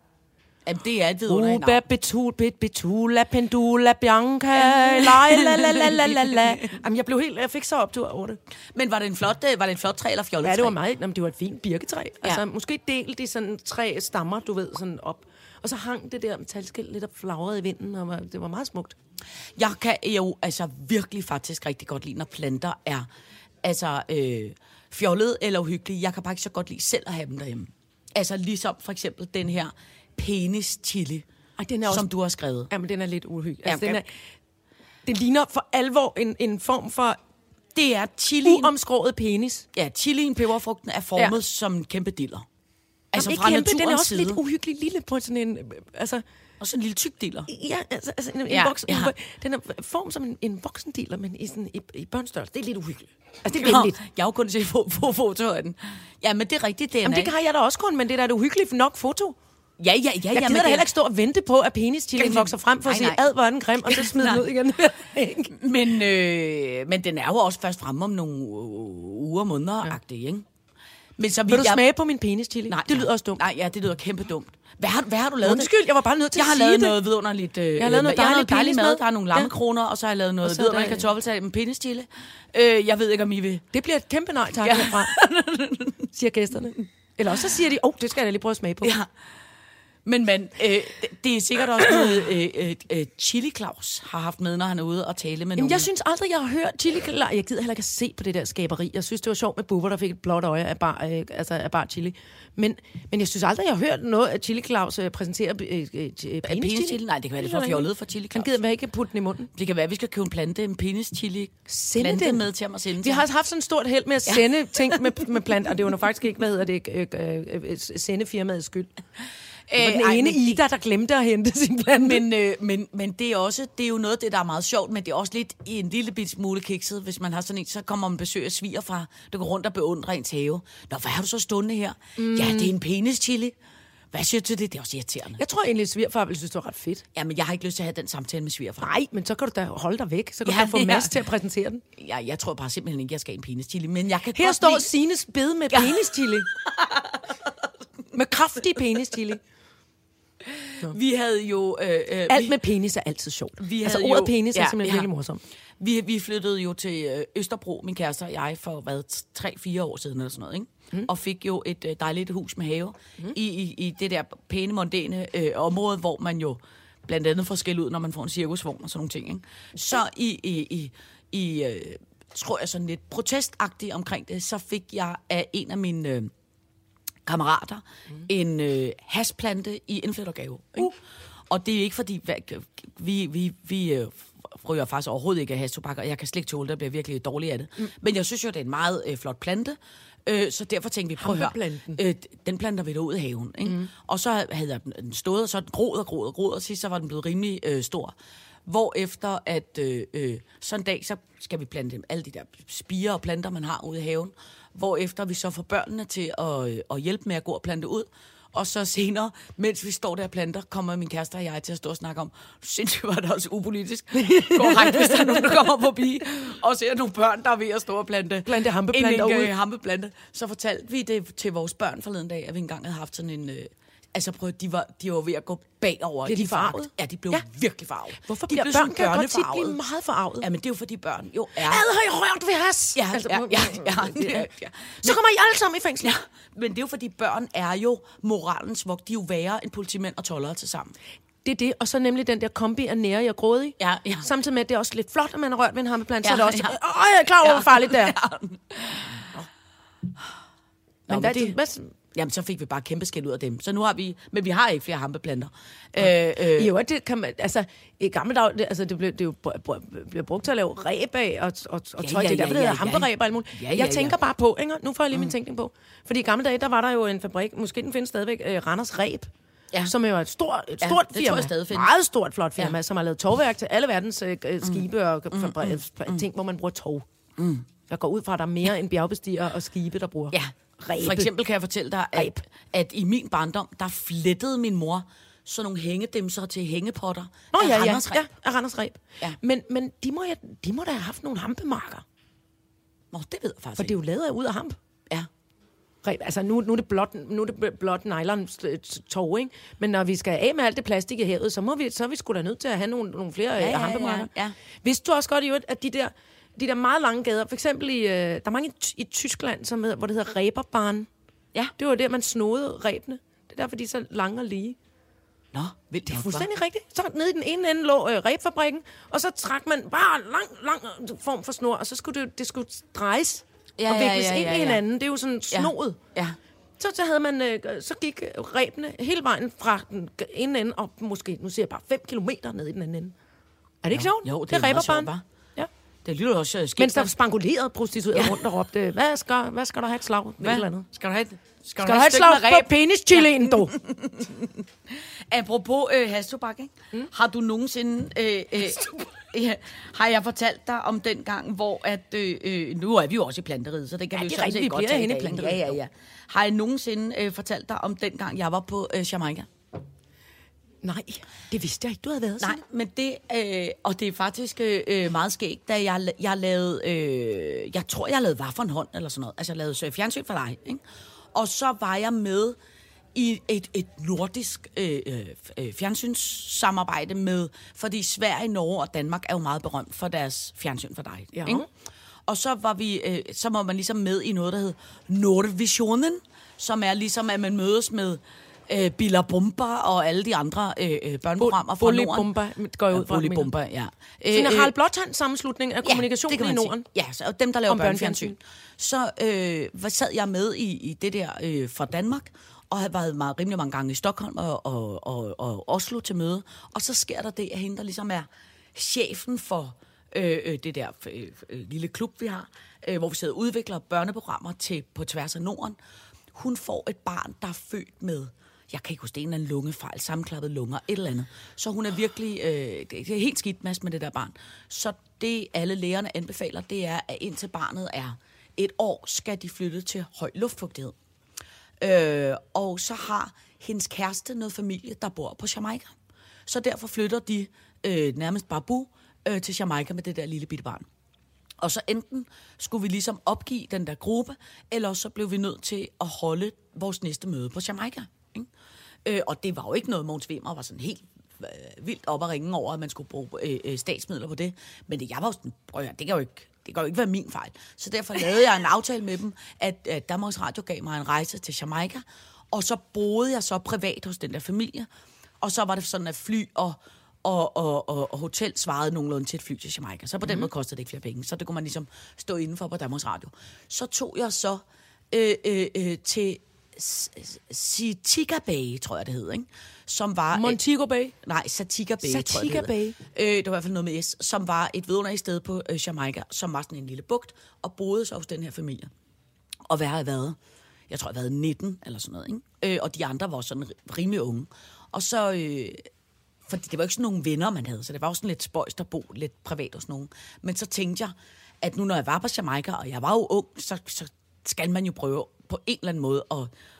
Jamen, det er et vidunderligt Uba navn. Betul, bet, Betula Pendula Bianca. La la la la la la la. Jamen, jeg blev helt, jeg fik så optur over det. Men var det en flot, øh, var det en flot træ eller fjollet Ja, træ? det var meget, jamen, det var et fint birketræ. Ja. Altså, måske delt i sådan tre stammer, du ved, sådan op. Og så hang det der metalskilt lidt og flagrede i vinden, og var- det var meget smukt. Jeg kan jo altså virkelig faktisk rigtig godt lide, når planter er altså øh, fjollede eller uhyggelige. Jeg kan bare ikke så godt lide selv at have dem derhjemme. Altså ligesom for eksempel den her penis chili, Ej, den er også, som du har skrevet. jamen, den er lidt uhyggelig. Altså, Jamen, den er, det ligner for alvor en, en form for Det er chilien. uomskåret penis. Ja, chilien, peberfrugten, er formet ja. Ja. som en kæmpe diller. Altså Jamen, fra ikke kæmpe, den er naturens også side. lidt uhyggelig lille på sådan en... Altså, Og sådan en lille tyk diller. ja, altså, altså en, en Ja, voksen, ja. den er form som en, en voksen dealer, men i, sådan, i, i børnestørrelse. Det er lidt uhyggeligt. Altså, det er venligt. Jeg har jo kun set få, få fotoer af den. Ja, men det er rigtigt, det er Jamen, det har jeg da også kun, men det er da et uhyggeligt nok foto. Ja, ja, ja. Jeg ja, gider men da det- heller ikke stå og vente på, at penischilien Nej, vokser frem for at nej, sige, nej. ad, hvor er den grim, og så smide den Nej. ud igen. Men, øh, men den er jo også først fremme om nogle uger, måneder-agtige, ikke? Men så Vil du jeg, smage på min penischili? Nej, Det lyder også dumt. Nej, ja, det lyder kæmpe dumt. Hvad har, hvad har du lavet? Undskyld, jeg var bare nødt til Jeg at har sige lavet det. noget vidunderligt. Øh, Jeg har lavet noget jeg har dejligt dejlig mad. penismad. Der er nogle Ja. lammekroner, og så har jeg lavet noget så er der- vidunderligt kartoffelsalat med penischili. Øh, jeg ved ikke, om I vil. Det bliver et kæmpe nej tak Ja. herfra, siger gæsterne. Eller også så siger de, åh, oh, det skal jeg da lige prøve at smage på. Ja. Men man, øh, det er sikkert også noget, øh, øh, øh, Chili Claus har haft med, når han er ude og tale med Jamen, nogen. jeg synes aldrig, jeg har hørt chili. Jeg gider heller ikke at se på det der skaberi. Jeg synes, det var sjovt med Bubber, der fik et blåt øje af bar, øh, altså af bar chili. Men, men jeg synes aldrig, jeg har hørt noget af Chili Claus øh, præsentere øh, øh, penis Penis-chili? chili. Nej, det kan være, det er for fjollet for Chili Han Claus. gider vel ikke putte den i munden. Det kan være, at vi skal købe en plante, en penis-chili Sende plante den. med til ham og sende Vi til har ham. haft sådan et stort held med at sende ja. ting med, med planter, og det var nu faktisk ikke, hvad hedder det, øh, øh, øh, sendefirmaets skyld. Det var den Øh, ej, ene men- Ida, der glemte at hente sin plante. Men, øh, men, men det er også, det er jo noget af det, der er meget sjovt, men det er også lidt i en lille bit smule kikset, hvis man har sådan en, så kommer man besøg af svigerfar, der går rundt og beundrer ens have. Nå, hvad har du så stående her? Mm. Ja, det er en penis-chili. Hvad siger du til det? Det er også irriterende. Jeg tror egentlig, at svigerfar ville synes, det var ret fedt. Ja, men jeg har ikke lyst til at have den samtale med svigerfar. Nej, men så kan du da holde dig væk. Så kan Ja, du da få ja. Mads til at præsentere den. Jeg, jeg tror bare simpelthen ikke, jeg skal have en penis-chili, men jeg kan Her godt står lide... Sines bed med penischili. med kraftig penischili. Vi havde jo... Øh, øh, Alt vi, med penis er altid sjovt. Vi altså havde ordet jo- penis er ja, simpelthen ja. virkelig morsomt. vi, vi flyttede jo til øh, Østerbro, min kæreste og jeg, for hvad, tre-fire år siden eller sådan noget, ikke? Mm. Og fik jo et øh, dejligt hus med have mm. i, i, i det der pæne, mondæne øh, område, hvor man jo blandt andet får skæld ud, når man får en cirkusvogn og sådan nogle ting, ikke? Så i, i, i, i øh, tror jeg sådan lidt protestagtigt omkring det, så fik jeg af en af mine øh, kammerater mm. en øh, hasplante i indflyttergave. Uh. Og det er ikke fordi, vi, vi, vi øh, ryger faktisk overhovedet ikke af hastobak, og jeg kan slet ikke tåle det, jeg bliver virkelig dårlig af det. Mm. Men jeg synes jo, det er en meget øh, flot plante, øh, så derfor tænkte vi, prøv at høre, øh, den planter vi derude i haven. Ikke? Mm. Og så havde jeg den stået, og så groet og groet og groet, og sidst så var den blevet rimelig øh, stor. Hvorefter at øh, øh, sådan en dag, så skal vi plante dem, alle de der spirer og planter, man har ude i haven. Hvorefter vi så får børnene til at, øh, at hjælpe med at gå og plante ud. Og så senere, mens vi står der og planter, kommer min kæreste og jeg til at stå og snakke om, sindssygt var det også upolitisk. Korrekt, hvis der er nogen, der kommer forbi og ser nogle børn, der er ved at stå og plante. Plante hampeplanter en, en, ud. En hampeplante. Så fortalte vi det til vores børn forleden dag, at vi engang havde haft sådan en... Øh, altså prøv, de var, de var ved at gå bagover. Bliver de farvet? Ja, de blev ja. virkelig farvet. Hvorfor de bliver blev børn kan godt tit børnefarvet. blive meget farvet? Ja, men det er jo fordi børn jo er... Ad, har I rørt ved has? Ja, altså, ja, ja, ja, ja, ja. Så kommer I alle sammen i fængsel. Ja, men det er jo fordi børn er jo moralens vogt. De er jo værre end politimænd og toldere til sammen. Det er det, og så nemlig den der kombi af nære og grådig. Ja, ja. Samtidig med, at det er også lidt flot, at man har rørt ved en hampeplante, Ja, så er det også... ja. Åh, jeg er klar over, hvor farligt det er. Ja. Men Nå, hvad, men det, hvad, jamen, så fik vi bare kæmpe skæld ud af dem. Så nu har vi... Men vi har ikke flere hampeplanter. Øh, øh, jo, det kan man... Altså, i gamle dage, det, altså, det blev, det jo bliver brugt til at lave ræb af og, og, og Ja, tøj. ja, Det er derfor, ja, det ja, hedder hamperæb og alt muligt. Ja, ja, Jeg tænker ja. bare på, ikke? Nu får jeg lige min tænkning på. Fordi i gamle dage, der var der jo en fabrik, måske den findes stadigvæk, øh, Randers Ræb, Ja. som er jo et stort, et Ja, stort det tror firma. jeg stadig findes. Meget stort, flot firma, Ja. som har lavet tovværk til alle verdens øh, skibe og fabri- mm. ting, hvor man bruger tov. Mm. Jeg går ud fra, at der er mere end bjergbestigere og skibe, der bruger ja. ræbe. For eksempel kan jeg fortælle dig, at, at i min barndom, der flettede min mor sådan nogle hængedæmser til hængepotter. Nå af ja, ja, Randers Ræb. ja, af Randers Ræb. Ja. Men, men de, må, ja, de må da have haft nogle hampemarker. Nå, det ved jeg faktisk For det er jo lavet af ud af hamp. Ja. Ræb. Altså nu, nu er det blot, nu er det blot nylon-tov, ikke? Men når vi skal af med alt det plastik i havet, så, må vi, så er vi sgu da nødt til at have nogle, nogle flere Ja, ja, ja, hampemarker. ja, ja. Vidste du også godt i øvrigt, at de der, de der meget lange gader, for eksempel i, øh, der er mange i, i Tyskland, som hedder, hvor det hedder Ræberbahn. Ja. Det var der, man snodede ræbene. Det er derfor, de er så lange og lige. Nå, vildt Det er nok, hva'? fuldstændig rigtigt. Så nede i den ene ende lå øh, ræbfabrikken, og så trak man bare lang, lang form for snor, og så skulle det, det skulle drejes Ja, og ja, vikles ja, ind ja, i ja. hinanden. Det er jo sådan snoet. Ja. Så, så, havde man, øh, så gik ræbene hele vejen fra den ene ende op, måske, nu siger jeg bare, fem kilometer ned i den anden ende. Er det ikke sjovt? Jo, det er meget sjovt, hva'? Ja. Det lyder også uh, skidt. Mens der spangulerede prostituerede ja. rundt og råbte, hvad skal, hvad skal der have et slag? Hvad? Et eller andet. Skal du have et, skal Skal der have et slag på penischilien, du? Apropos øh, hastobak, ikke? Mm. Har du nogensinde... Øh, øh, ja, har jeg fortalt dig om den gang, hvor at... Øh, øh, nu er vi jo også i planteriet, så det kan Ja, vi jo det er sådan rigtigt, set vi godt bliver tage henne i i dag. planteriet, Ja, ja, jo. ja. Har jeg nogensinde øh, fortalt dig om den gang, jeg var på øh, Jamaica? Nej, det vidste jeg ikke, du havde været Nej, sådan. men det... Øh, og det er faktisk øh, meget skægt, da jeg, jeg lavede... Øh, jeg tror, jeg lavede Hvad for en hånd, eller sådan noget. Altså, jeg lavede øh, fjernsyn for dig, ikke? Og så var jeg med i et, et nordisk øh, øh, fjernsynssamarbejde med, fordi Sverige, Norge og Danmark er jo meget berømt for deres fjernsyn for dig. Ja. Ikke? Og så var vi, øh, så var man ligesom med i noget, der hed Nordvisionen, som er ligesom, at man mødes med øh, Billa Bomba og alle de andre øh, børneprogrammer fra Bully Norden. Bomba, går jeg ud fra. Bully mener. Bomba, ja. Sådan en Øh, Harald Blåtand sammenslutning af kommunikation det kan i man Norden. sige. Ja, så og dem, der laver Om børnefjernsyn. Så øh, hvad sad jeg med i, i det der øh, fra Danmark, og havde været meget, rimelig mange gange i Stockholm og, og, og, og Oslo til møde. Og så sker der det, at hende, der ligesom er chefen for øh, øh, det der øh, øh, lille klub, vi har, øh, hvor vi sidder og udvikler børneprogrammer til, på tværs af Norden. Hun får et barn, der er født med... Jeg kan ikke huske, det er en eller anden lungefejl, sammenklappede lunger, et eller andet. Så hun er virkelig, øh, det er helt skidt mads med det der barn. Så det alle lægerne anbefaler, det er, at indtil barnet er et år, skal de flytte til høj luftfugtighed. Øh, og så har hendes kæreste noget familie, der bor på Jamaica. Så derfor flytter de øh, nærmest babu øh, til Jamaica med det der lille bitte barn. Og så enten skulle vi ligesom opgive den der gruppe, eller så blev vi nødt til at holde vores næste møde på Jamaica. Ikke? Øh, og det var jo ikke noget, Mogens Wimmer var sådan helt øh, vildt op at ringe over, at man skulle bruge øh, statsmidler på det. Men det, jeg var jo sådan, prøv at høre, det kan jo ikke, det kan jo ikke være min fejl. Så derfor lavede jeg en aftale med dem, at, at Danmarks Radio gav mig en rejse til Jamaica, og så boede jeg så privat hos den der familie, og så var det sådan, at fly og Og, og, og, og hotel svarede nogenlunde til et fly til Jamaica. Så på den mm. måde kostede det ikke flere penge. Så det kunne man ligesom stå indenfor på Danmarks Radio. Så tog jeg så øh, øh, øh, til Satika Bay, tror jeg, det hed, ikke? Som var... Montego Bay? Nej, Satika Bay, Satika tror jeg, det Bay. Øh, det var i hvert fald noget med S, som var et vidunderligt sted på øh, Jamaica, som var sådan en lille bugt, og boede så hos den her familie. Og hvad har jeg været? Jeg tror, jeg har været nitten, eller sådan noget, ikke? Øh, og de andre var sådan rimelig unge. Og så... Øh, fordi det var ikke sådan nogle venner, man havde, så det var jo sådan lidt spøjst at bo lidt privat hos nogen. Men så tænkte jeg, at nu når jeg var på Jamaica, og jeg var jo ung, så, så skal man jo prøve på en eller anden måde at,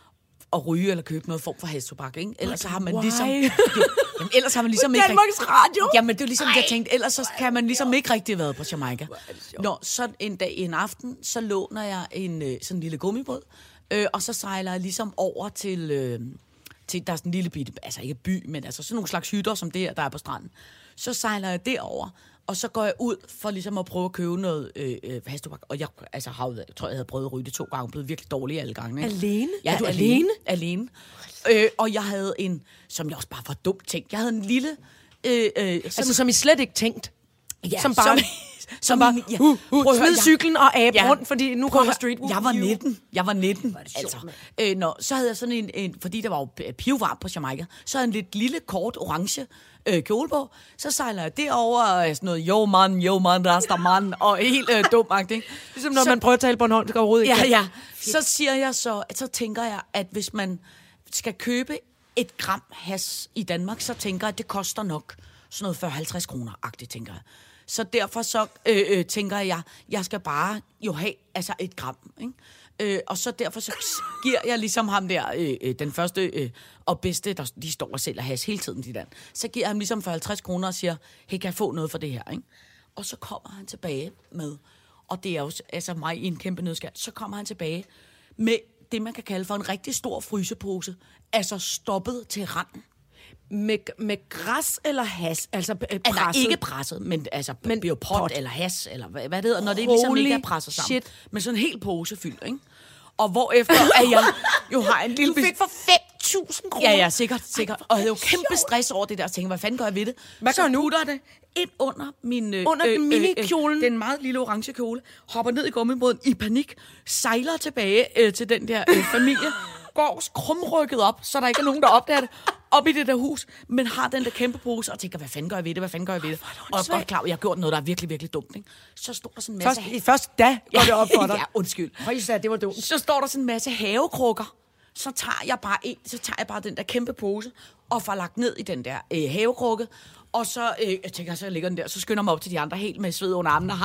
at ryge eller købe noget form for hastobak, ikke? Ellers så har man ligesom... Jo, jamen, ellers har man ligesom ikke... Danmarks Radio! Jamen, det er jo ligesom, jeg tænkte, ellers så kan man ligesom ikke rigtig været på Jamaica. Nå, så en dag, en aften, så låner jeg en sådan en lille gummibåd, øh, og så sejler jeg ligesom over til... Øh, til, der er sådan en lille bitte, altså ikke by, men altså sådan nogle slags hytter, som det her, der er på stranden. Så sejler jeg derover, og så går jeg ud for ligesom at prøve at købe noget øh, øh, hastobak. Og jeg, altså, har, jeg tror, jeg havde prøvet at ryge det to gange, blevet virkelig dårlig alle gange. Ikke? Alene? Ja, er du alene? alene? Alene. Øh, og jeg havde en, som jeg også bare var dumt tænkt, jeg havde en lille... Øh, øh, Altså, som, som I slet ikke tænkt? Ja, som bare... Som, som bare, ja. uh, uh, smid cyklen og abe ja. rundt, fordi nu kommer street. Uh, jeg var nitten. Jeg var nitten. Altså, øh, nå, så havde jeg sådan en, en, fordi der var jo pivvarmt på Jamaica, så havde jeg en lidt lille, kort, orange øh, kjole på. Så sejler jeg derover og sådan noget, jo man, jo man, rasta man, og helt øh, dumagtigt. Ligesom når så, man prøver at tale på en hånd, det går overhovedet ikke. Ja, ja. Så siger jeg så, så tænker jeg, at hvis man skal købe et gram has i Danmark, så tænker jeg, at det koster nok sådan noget fyrre til halvtreds kroner-agtigt, tænker jeg. Så derfor så øh, øh, tænker jeg, jeg skal bare jo have altså et gram, ikke? Øh, og så derfor så giver jeg ligesom ham der, øh, øh, den første øh, og bedste, der de står og sælger has hele tiden, de der. Så giver jeg ham ligesom fyrre til halvtreds kroner og siger, hey, kan jeg få noget for det her, ikke? Og så kommer han tilbage med, og det er jo altså mig i en kæmpe nødskal, så kommer han tilbage med det, man kan kalde for en rigtig stor frysepose, altså stoppet til randen. Med, med græs eller has? Altså presset? Altså ikke presset, men altså men biopot pot. eller has, eller hvad, hvad det hedder, når det ligesom ikke er presset sammen. Shit. Men sådan en hel pose fyldt, ikke? Og hvorefter at jeg jo har en lille... Du fik for fem tusind kroner? Ja, ja, sikkert, sikkert. Og jeg havde jo kæmpe stress over det der, og tænkte, hvad fanden gør jeg ved det? Hvad så gør nu? putter det ind under min... Øh, under den mini-kjolen? Øh, den meget lille orange kjole. Hopper ned i gummibåden i panik. Sejler tilbage øh, til den der øh, familie. Går krumrykket op, så der ikke er nogen, der opdager det. Op i det der hus, men har den der kæmpe pose, og tænker, hvad fanden gør jeg ved det, hvad fanden gør jeg ved det? Og jeg er godt klar, at jeg har gjort noget, der er virkelig, virkelig dumt, ikke? Så står der sådan en masse... Først, først da går det op for dig. Ja, undskyld. Højst sagde, det var dumt. Så står der sådan en masse havekrukker. Så tager jeg bare en, så tager jeg bare den der kæmpe pose, og får lagt ned i den der øh, havekrukke. Og så, øh, jeg tænker, så ligger den der, så skynder jeg mig op til de andre helt med sved under armene.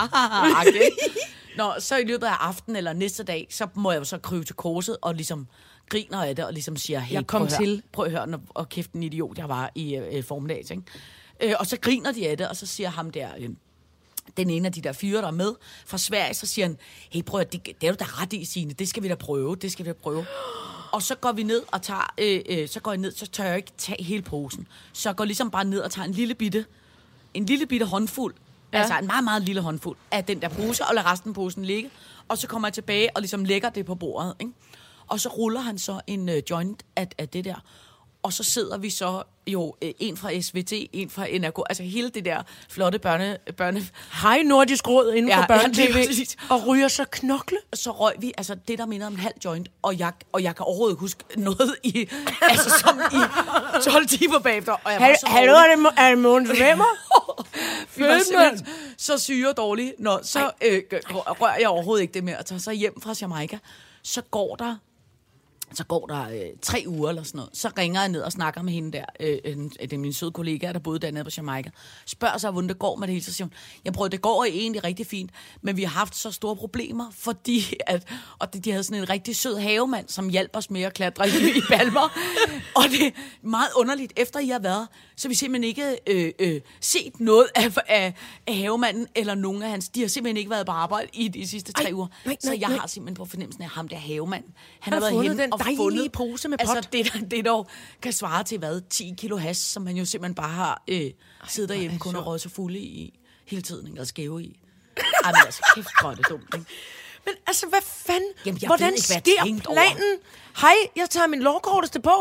Nå, så i løbet af aftenen eller næste dag, så må jeg jo så krybe til korset og ligesom griner af det, og ligesom siger, hey, jeg kom prøv, til. Hør, prøv at høre, når, og kæft en idiot, jeg var i øh, formiddags, ikke? Øh, og så griner de af det, og så siger ham der, øh, den ene af de der fyre, der er med fra Sverige, så siger han, hey, prøv at, det, det er du da ret i, Signe, det skal vi da prøve, det skal vi da prøve. Og så går vi ned og tager, øh, øh, så går jeg ned, så tør jeg ikke tage hele posen. Så jeg går ligesom bare ned og tager en lille bitte, en lille bitte håndfuld, ja. Altså en meget, meget lille håndfuld af den der pose, og lader resten af posen ligge. Og så kommer jeg tilbage og ligesom lægger det på bordet, ikke? Og så ruller han så en øh, joint af, af det der. Og så sidder vi så jo øh, en fra S V T, en fra N R K, altså hele det der flotte børne... børne Hej Nordisk Råd inden for ja, børne-tv, ja, og ryger så knokle. Så røg vi, altså det der minder om en halv joint, og jeg, og jeg kan overhovedet huske noget i, altså som i tolv timer bagefter. Og jeg var så Hallo, er det, er det Måns Vemmer? Vi var simpelthen så syge og dårlige. Nå, så øh, rører jeg overhovedet ikke det mere, og tager så hjem fra Jamaica. Så går der Så går der øh, tre uger eller sådan noget. Så ringer jeg ned og snakker med hende der. Øh, øh, det er min søde kollega, der boede dernede på Jamaica. Spørger sig, hvordan det går med det hele. Så siger hun, jeg prøver, det går egentlig rigtig fint, men vi har haft så store problemer, fordi at, og de, de havde sådan en rigtig sød havemand, som hjalp os med at klatre i, i palmer. Og det er meget underligt, efter I har været, så vi simpelthen ikke øh, øh, set noget af, af, af havemanden, eller nogen af hans. De har simpelthen ikke været på arbejde i de sidste tre Ej, uger. Nej, nej, så jeg nej. har simpelthen på fornemmelsen af ham der havemanden. Han har, har været hen og fundet pose med pot. Altså det, der, det dog kan svare til hvad? ti kilo has, som han jo simpelthen bare har øh, siddet derhjemme kun og røget sig fulde i hele tiden, ikke? Og skæve i. Ej, men altså, kæft, hvor er det dumt, ikke? Men altså, hvad fanden? Jamen, jeg Hvordan ved ikke, hvad sker jeg planen? Hej, jeg tager min lovkorteste på.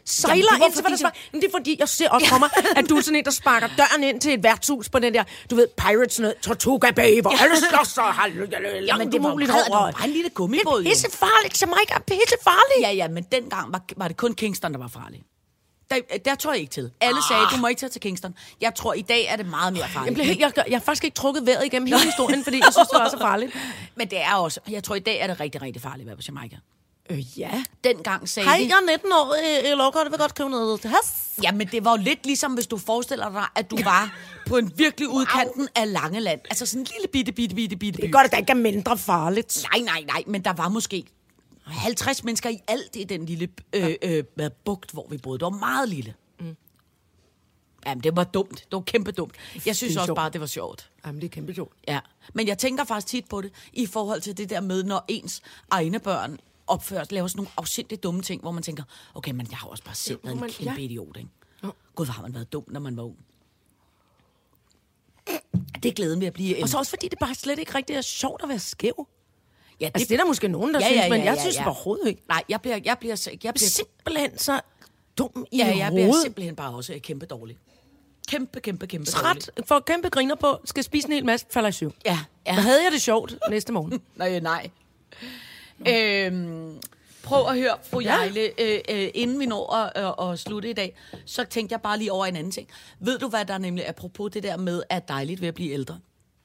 Sejler Jamen, det var ind til, hvad der fordi, sparker. Men det er fordi, jeg ser også for mig, at du er sådan en, der sparker døren ind til et værtshus på den der, du ved, Pirates noget, Tortuga Bay, hvor alle slås og har Jamen, det var muligt meget, det over. var bare en lille gummibåd. Det er pisse farligt, Jamaica er pisse farligt. Ja, ja, men dengang var, var det kun Kingston, der var farlig. Der, der tror jeg ikke til. Alle ah. sagde, du må ikke tage til Kingston. Jeg tror, i dag er det meget mere farligt. Jeg, blev, helt- jeg, jeg har faktisk ikke trukket vejret igennem hele historien, fordi jeg synes, det var så farligt. Men det er også, jeg tror, i dag er det rigtig, rigtig farligt at være på Jamaica. Øh, ja. Dengang sagde Hej, de... jeg er nitten år, jeg lover godt, jeg vil godt købe noget til has. Ja, men det var jo lidt ligesom, hvis du forestiller dig, at du var på en virkelig udkanten af Langeland. Altså sådan en lille bitte, bitte, bitte, bitte by. Det gør det da ikke er mindre farligt. Nej, nej, nej, men der var måske halvtreds mennesker i alt i den lille øh, øh, bugt, hvor vi boede. Det var meget lille. Mm. Jamen, det var dumt. Det var kæmpe dumt. Jeg synes også sjovt. bare, det var sjovt. Jamen, det er kæmpe sjovt. Ja, men jeg tænker faktisk tit på det, i forhold til det der med, når ens egne børn opfører, laver sådan nogle afsindigt dumme ting, hvor man tænker, okay, men jeg har også bare selv været en man- kæmpe ja. idiot, ikke? Gud, hvor har man været dum, når man var ung. Det er glæden ved at blive Og så også fordi det bare slet ikke rigtig er sjovt at være skæv. Ja, det, Altså, det er der måske nogen, der Ja, synes, ja, ja, men jeg ja, synes ja. overhovedet ikke. Nej, jeg bliver, jeg bliver, jeg Jeg bliver, er simpelthen så dum i ja, jeg bliver hovedet. simpelthen bare også kæmpe dårlig. Kæmpe, kæmpe, kæmpe dårlig. Træt, får kæmpe griner på, skal spise en hel masse, falder i søvn. Ja, ja. Så havde jeg det sjovt næste morgen. Nej, nej. Øhm, prøv at høre, fru Ja. Jejle, øh, øh, inden vi når at, øh, at slutte i dag, så tænkte jeg bare lige over en anden ting. Ved du, hvad der nemlig, apropos det der med, at dejligt ved at blive ældre?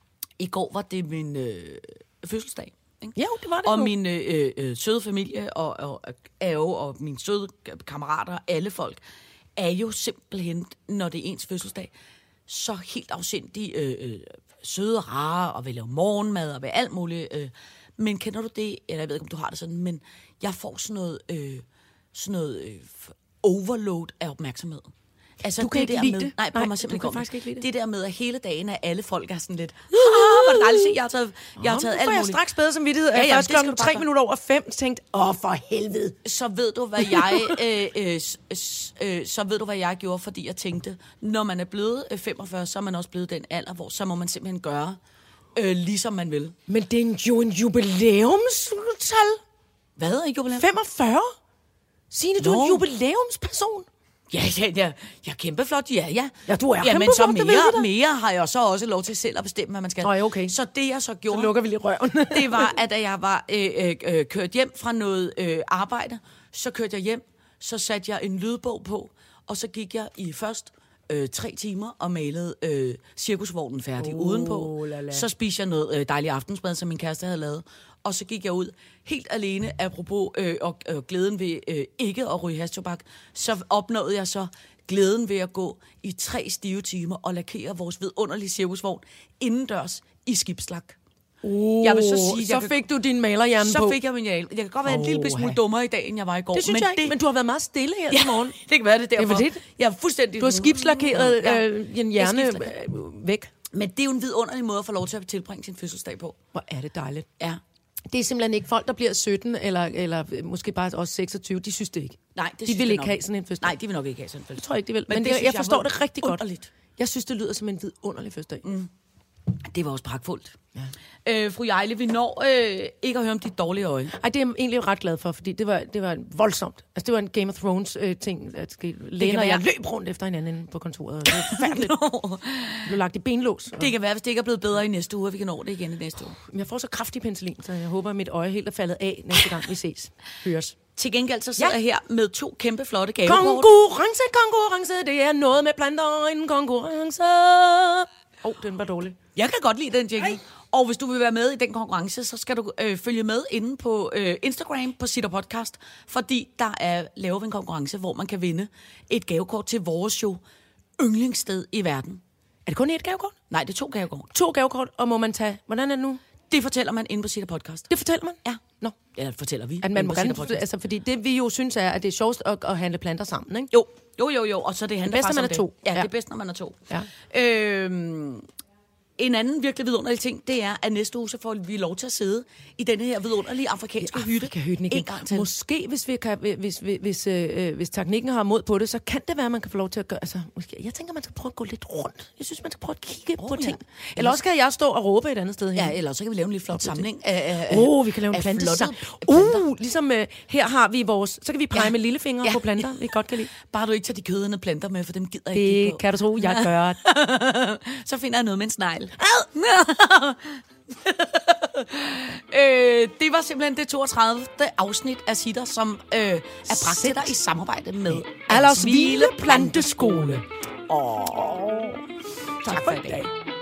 I går var det min øh, fødselsdag. Ikke? Jo, det var det Og jo. min øh, øh, søde familie og, og, og Ave og mine søde kammerater, alle folk, er jo simpelthen, når det er ens fødselsdag, så helt afsindig øh, øh, søde og rare, og vil lave morgenmad og vil alt muligt. Øh. Men kender du det, eller jeg ved ikke, om du har det sådan, men jeg får sådan noget, øh, sådan noget øh, overload af opmærksomhed. Altså, Du kan det ikke der lide med, det? Nej, Nej, på mig du simpelthen kan ikke om faktisk ikke lide det. Det der med, at hele dagen er alle folk er sådan lidt, ah, hvor er det dejligt at se, jeg har taget, jeg har taget Nu alt får jeg muligt. straks bedre som vidtighed. Ja, Ja, ja, ja, det først skal du klokken bare tre gøre. minutter over fem, tænkte, åh, for helvede. Så ved du, hvad jeg, øh, øh, s- s- øh, så ved du, hvad jeg gjorde, fordi jeg tænkte, når man er blevet øh, femogfyrre, så er man også blevet den alder, hvor så må man simpelthen gøre, øh, ligesom man vil. Men det er en- jo en jubilæumstal. Hvad er jubilæum? femogfyrre? Signe, du er Nå. en jubilæumsperson. Ja, ja, ja, ja, kæmpe flot, ja, ja. Ja, du er ja, kæmpe men så flot, det ved mere, jeg da. mere har jeg så også lov til selv at bestemme, hvad man skal. Nå, ja, okay. Så det, jeg så gjorde... Så lukker vi lige røven. det var, at da jeg var øh, øh, øh, kørt hjem fra noget øh, arbejde, så kørte jeg hjem, så satte jeg en lydbog på, og så gik jeg i først øh, tre timer og malede øh, cirkusvognen færdig Oh, udenpå. la, la. Så spiste jeg noget øh, dejlig aftensmad, som min kæreste havde lavet, og så gik jeg ud helt alene, apropos øh, og, øh, glæden ved øh, ikke at ryge hashtobak, så opnåede jeg så glæden ved at gå i tre stive timer og lakere vores vidunderlige cirkusvogn indendørs i skibslak. Uh, Jeg vil så sige, så jeg kan- fik du din malerhjerne Så på. fik jeg min hjælp. Jeg kan godt være en Åh, lille smule ja. dummere i dag, end jeg var i går. Det synes men jeg ikke, men du har været meget stille her ja, til morgen. det kan være det derfor. Det var det. Jeg er fuldstændig... Du har skibslakeret Ja. øh, din hjerne Jeg skibslak- øh, væk. Men det er jo en vidunderlig måde at få lov til at tilbringe sin fødselsdag på. Hvor er det dejligt. Ja. Det er simpelthen ikke folk, der bliver sytten, eller, eller måske bare også seksogtyve. De synes det ikke. Nej, det De synes vil jeg ikke nok have sådan en fødselsdag. Nej, de vil nok ikke have sådan en Det fødselsdag. tror jeg ikke, de vil. Men, Men men det det, synes jeg jeg forstår var det rigtig godt. underligt. Jeg synes, det lyder som en vidunderlig fødselsdag. Mm. Det var også pragtfuldt. Ja. Øh, fru Jejle, vi når øh, ikke at høre om dit dårlige øje. Ej, det er jeg egentlig ret glad for, fordi det var, det var voldsomt. Altså, det var en Game of Thrones-ting, øh, at ske. Lena og jeg være- løb rundt efter hinanden inde på kontoret. Det var forfærdeligt. Jeg blev lagt i benlås. Og Det kan være, hvis det ikke er blevet bedre i næste uge, at vi kan nå det igen i næste uge. jeg får så kraftig penicillin, så jeg håber, at mit øje helt er faldet af næste gang, vi ses. Høres. Til gengæld så sidder Ja. jeg her med to kæmpe flotte gavekort. Konkurrence, konkurrence, det er noget med planter og en konkurrence. Åh, oh, den var dårlig. Jeg kan godt lide den jingle. Og hvis du vil være med i den konkurrence, så skal du øh, følge med inde på øh, Instagram på Sitter Podcast, fordi der er lavet en konkurrence, hvor man kan vinde et gavekort til vores show yndlingssted i verden. Er det kun et gavekort? Nej, det er to gavekort. To gavekort, og må man tage... Hvordan er det nu? Det fortæller man inde på Sitter Podcast. Det fortæller man? Ja. Nå. Eller det fortæller vi. At man inde må på Sitter gerne... Podcast. Altså, fordi det vi jo synes er, at det er sjovest at, at handle planter sammen, ikke? Jo, jo, jo, jo. Og så det handler bedst, faktisk når man om er to. Ja, Ja. det er bedst, når man er to. Ja. Øhm, En anden virkelig vidunderlig ting, det er, at næste uge, så får vi lov til at sidde i denne her vidunderlige afrikanske hytte. Hytten igen. En gang til. Måske, hvis, vi kan, hvis, hvis, hvis, øh, hvis teknikken har mod på det, så kan det være, at man kan få lov til at gøre... Altså, måske, jeg tænker, man skal prøve at gå lidt rundt. Jeg synes, man skal prøve at kigge oh, på ting. Ja. Eller også kan jeg stå og råbe et andet sted her. Ja, eller så kan vi lave en lidt flot samling af, af, oh, vi kan lave en af plantesang. planter. Uh, ligesom uh, her har vi vores... Så kan vi pege ja. med lillefinger ja. på planter, vi godt kan lide. Bare du ikke tager de kødende planter med, for dem gider jeg det ikke på. Kan du tro, jeg gør. Så finder jeg noget med en snegl. øh, det var simpelthen det toogtredivte afsnit af Sitter, som øh, er bragt til dig i samarbejde med Aldersvile Planteskole. Åh, tak for i dag.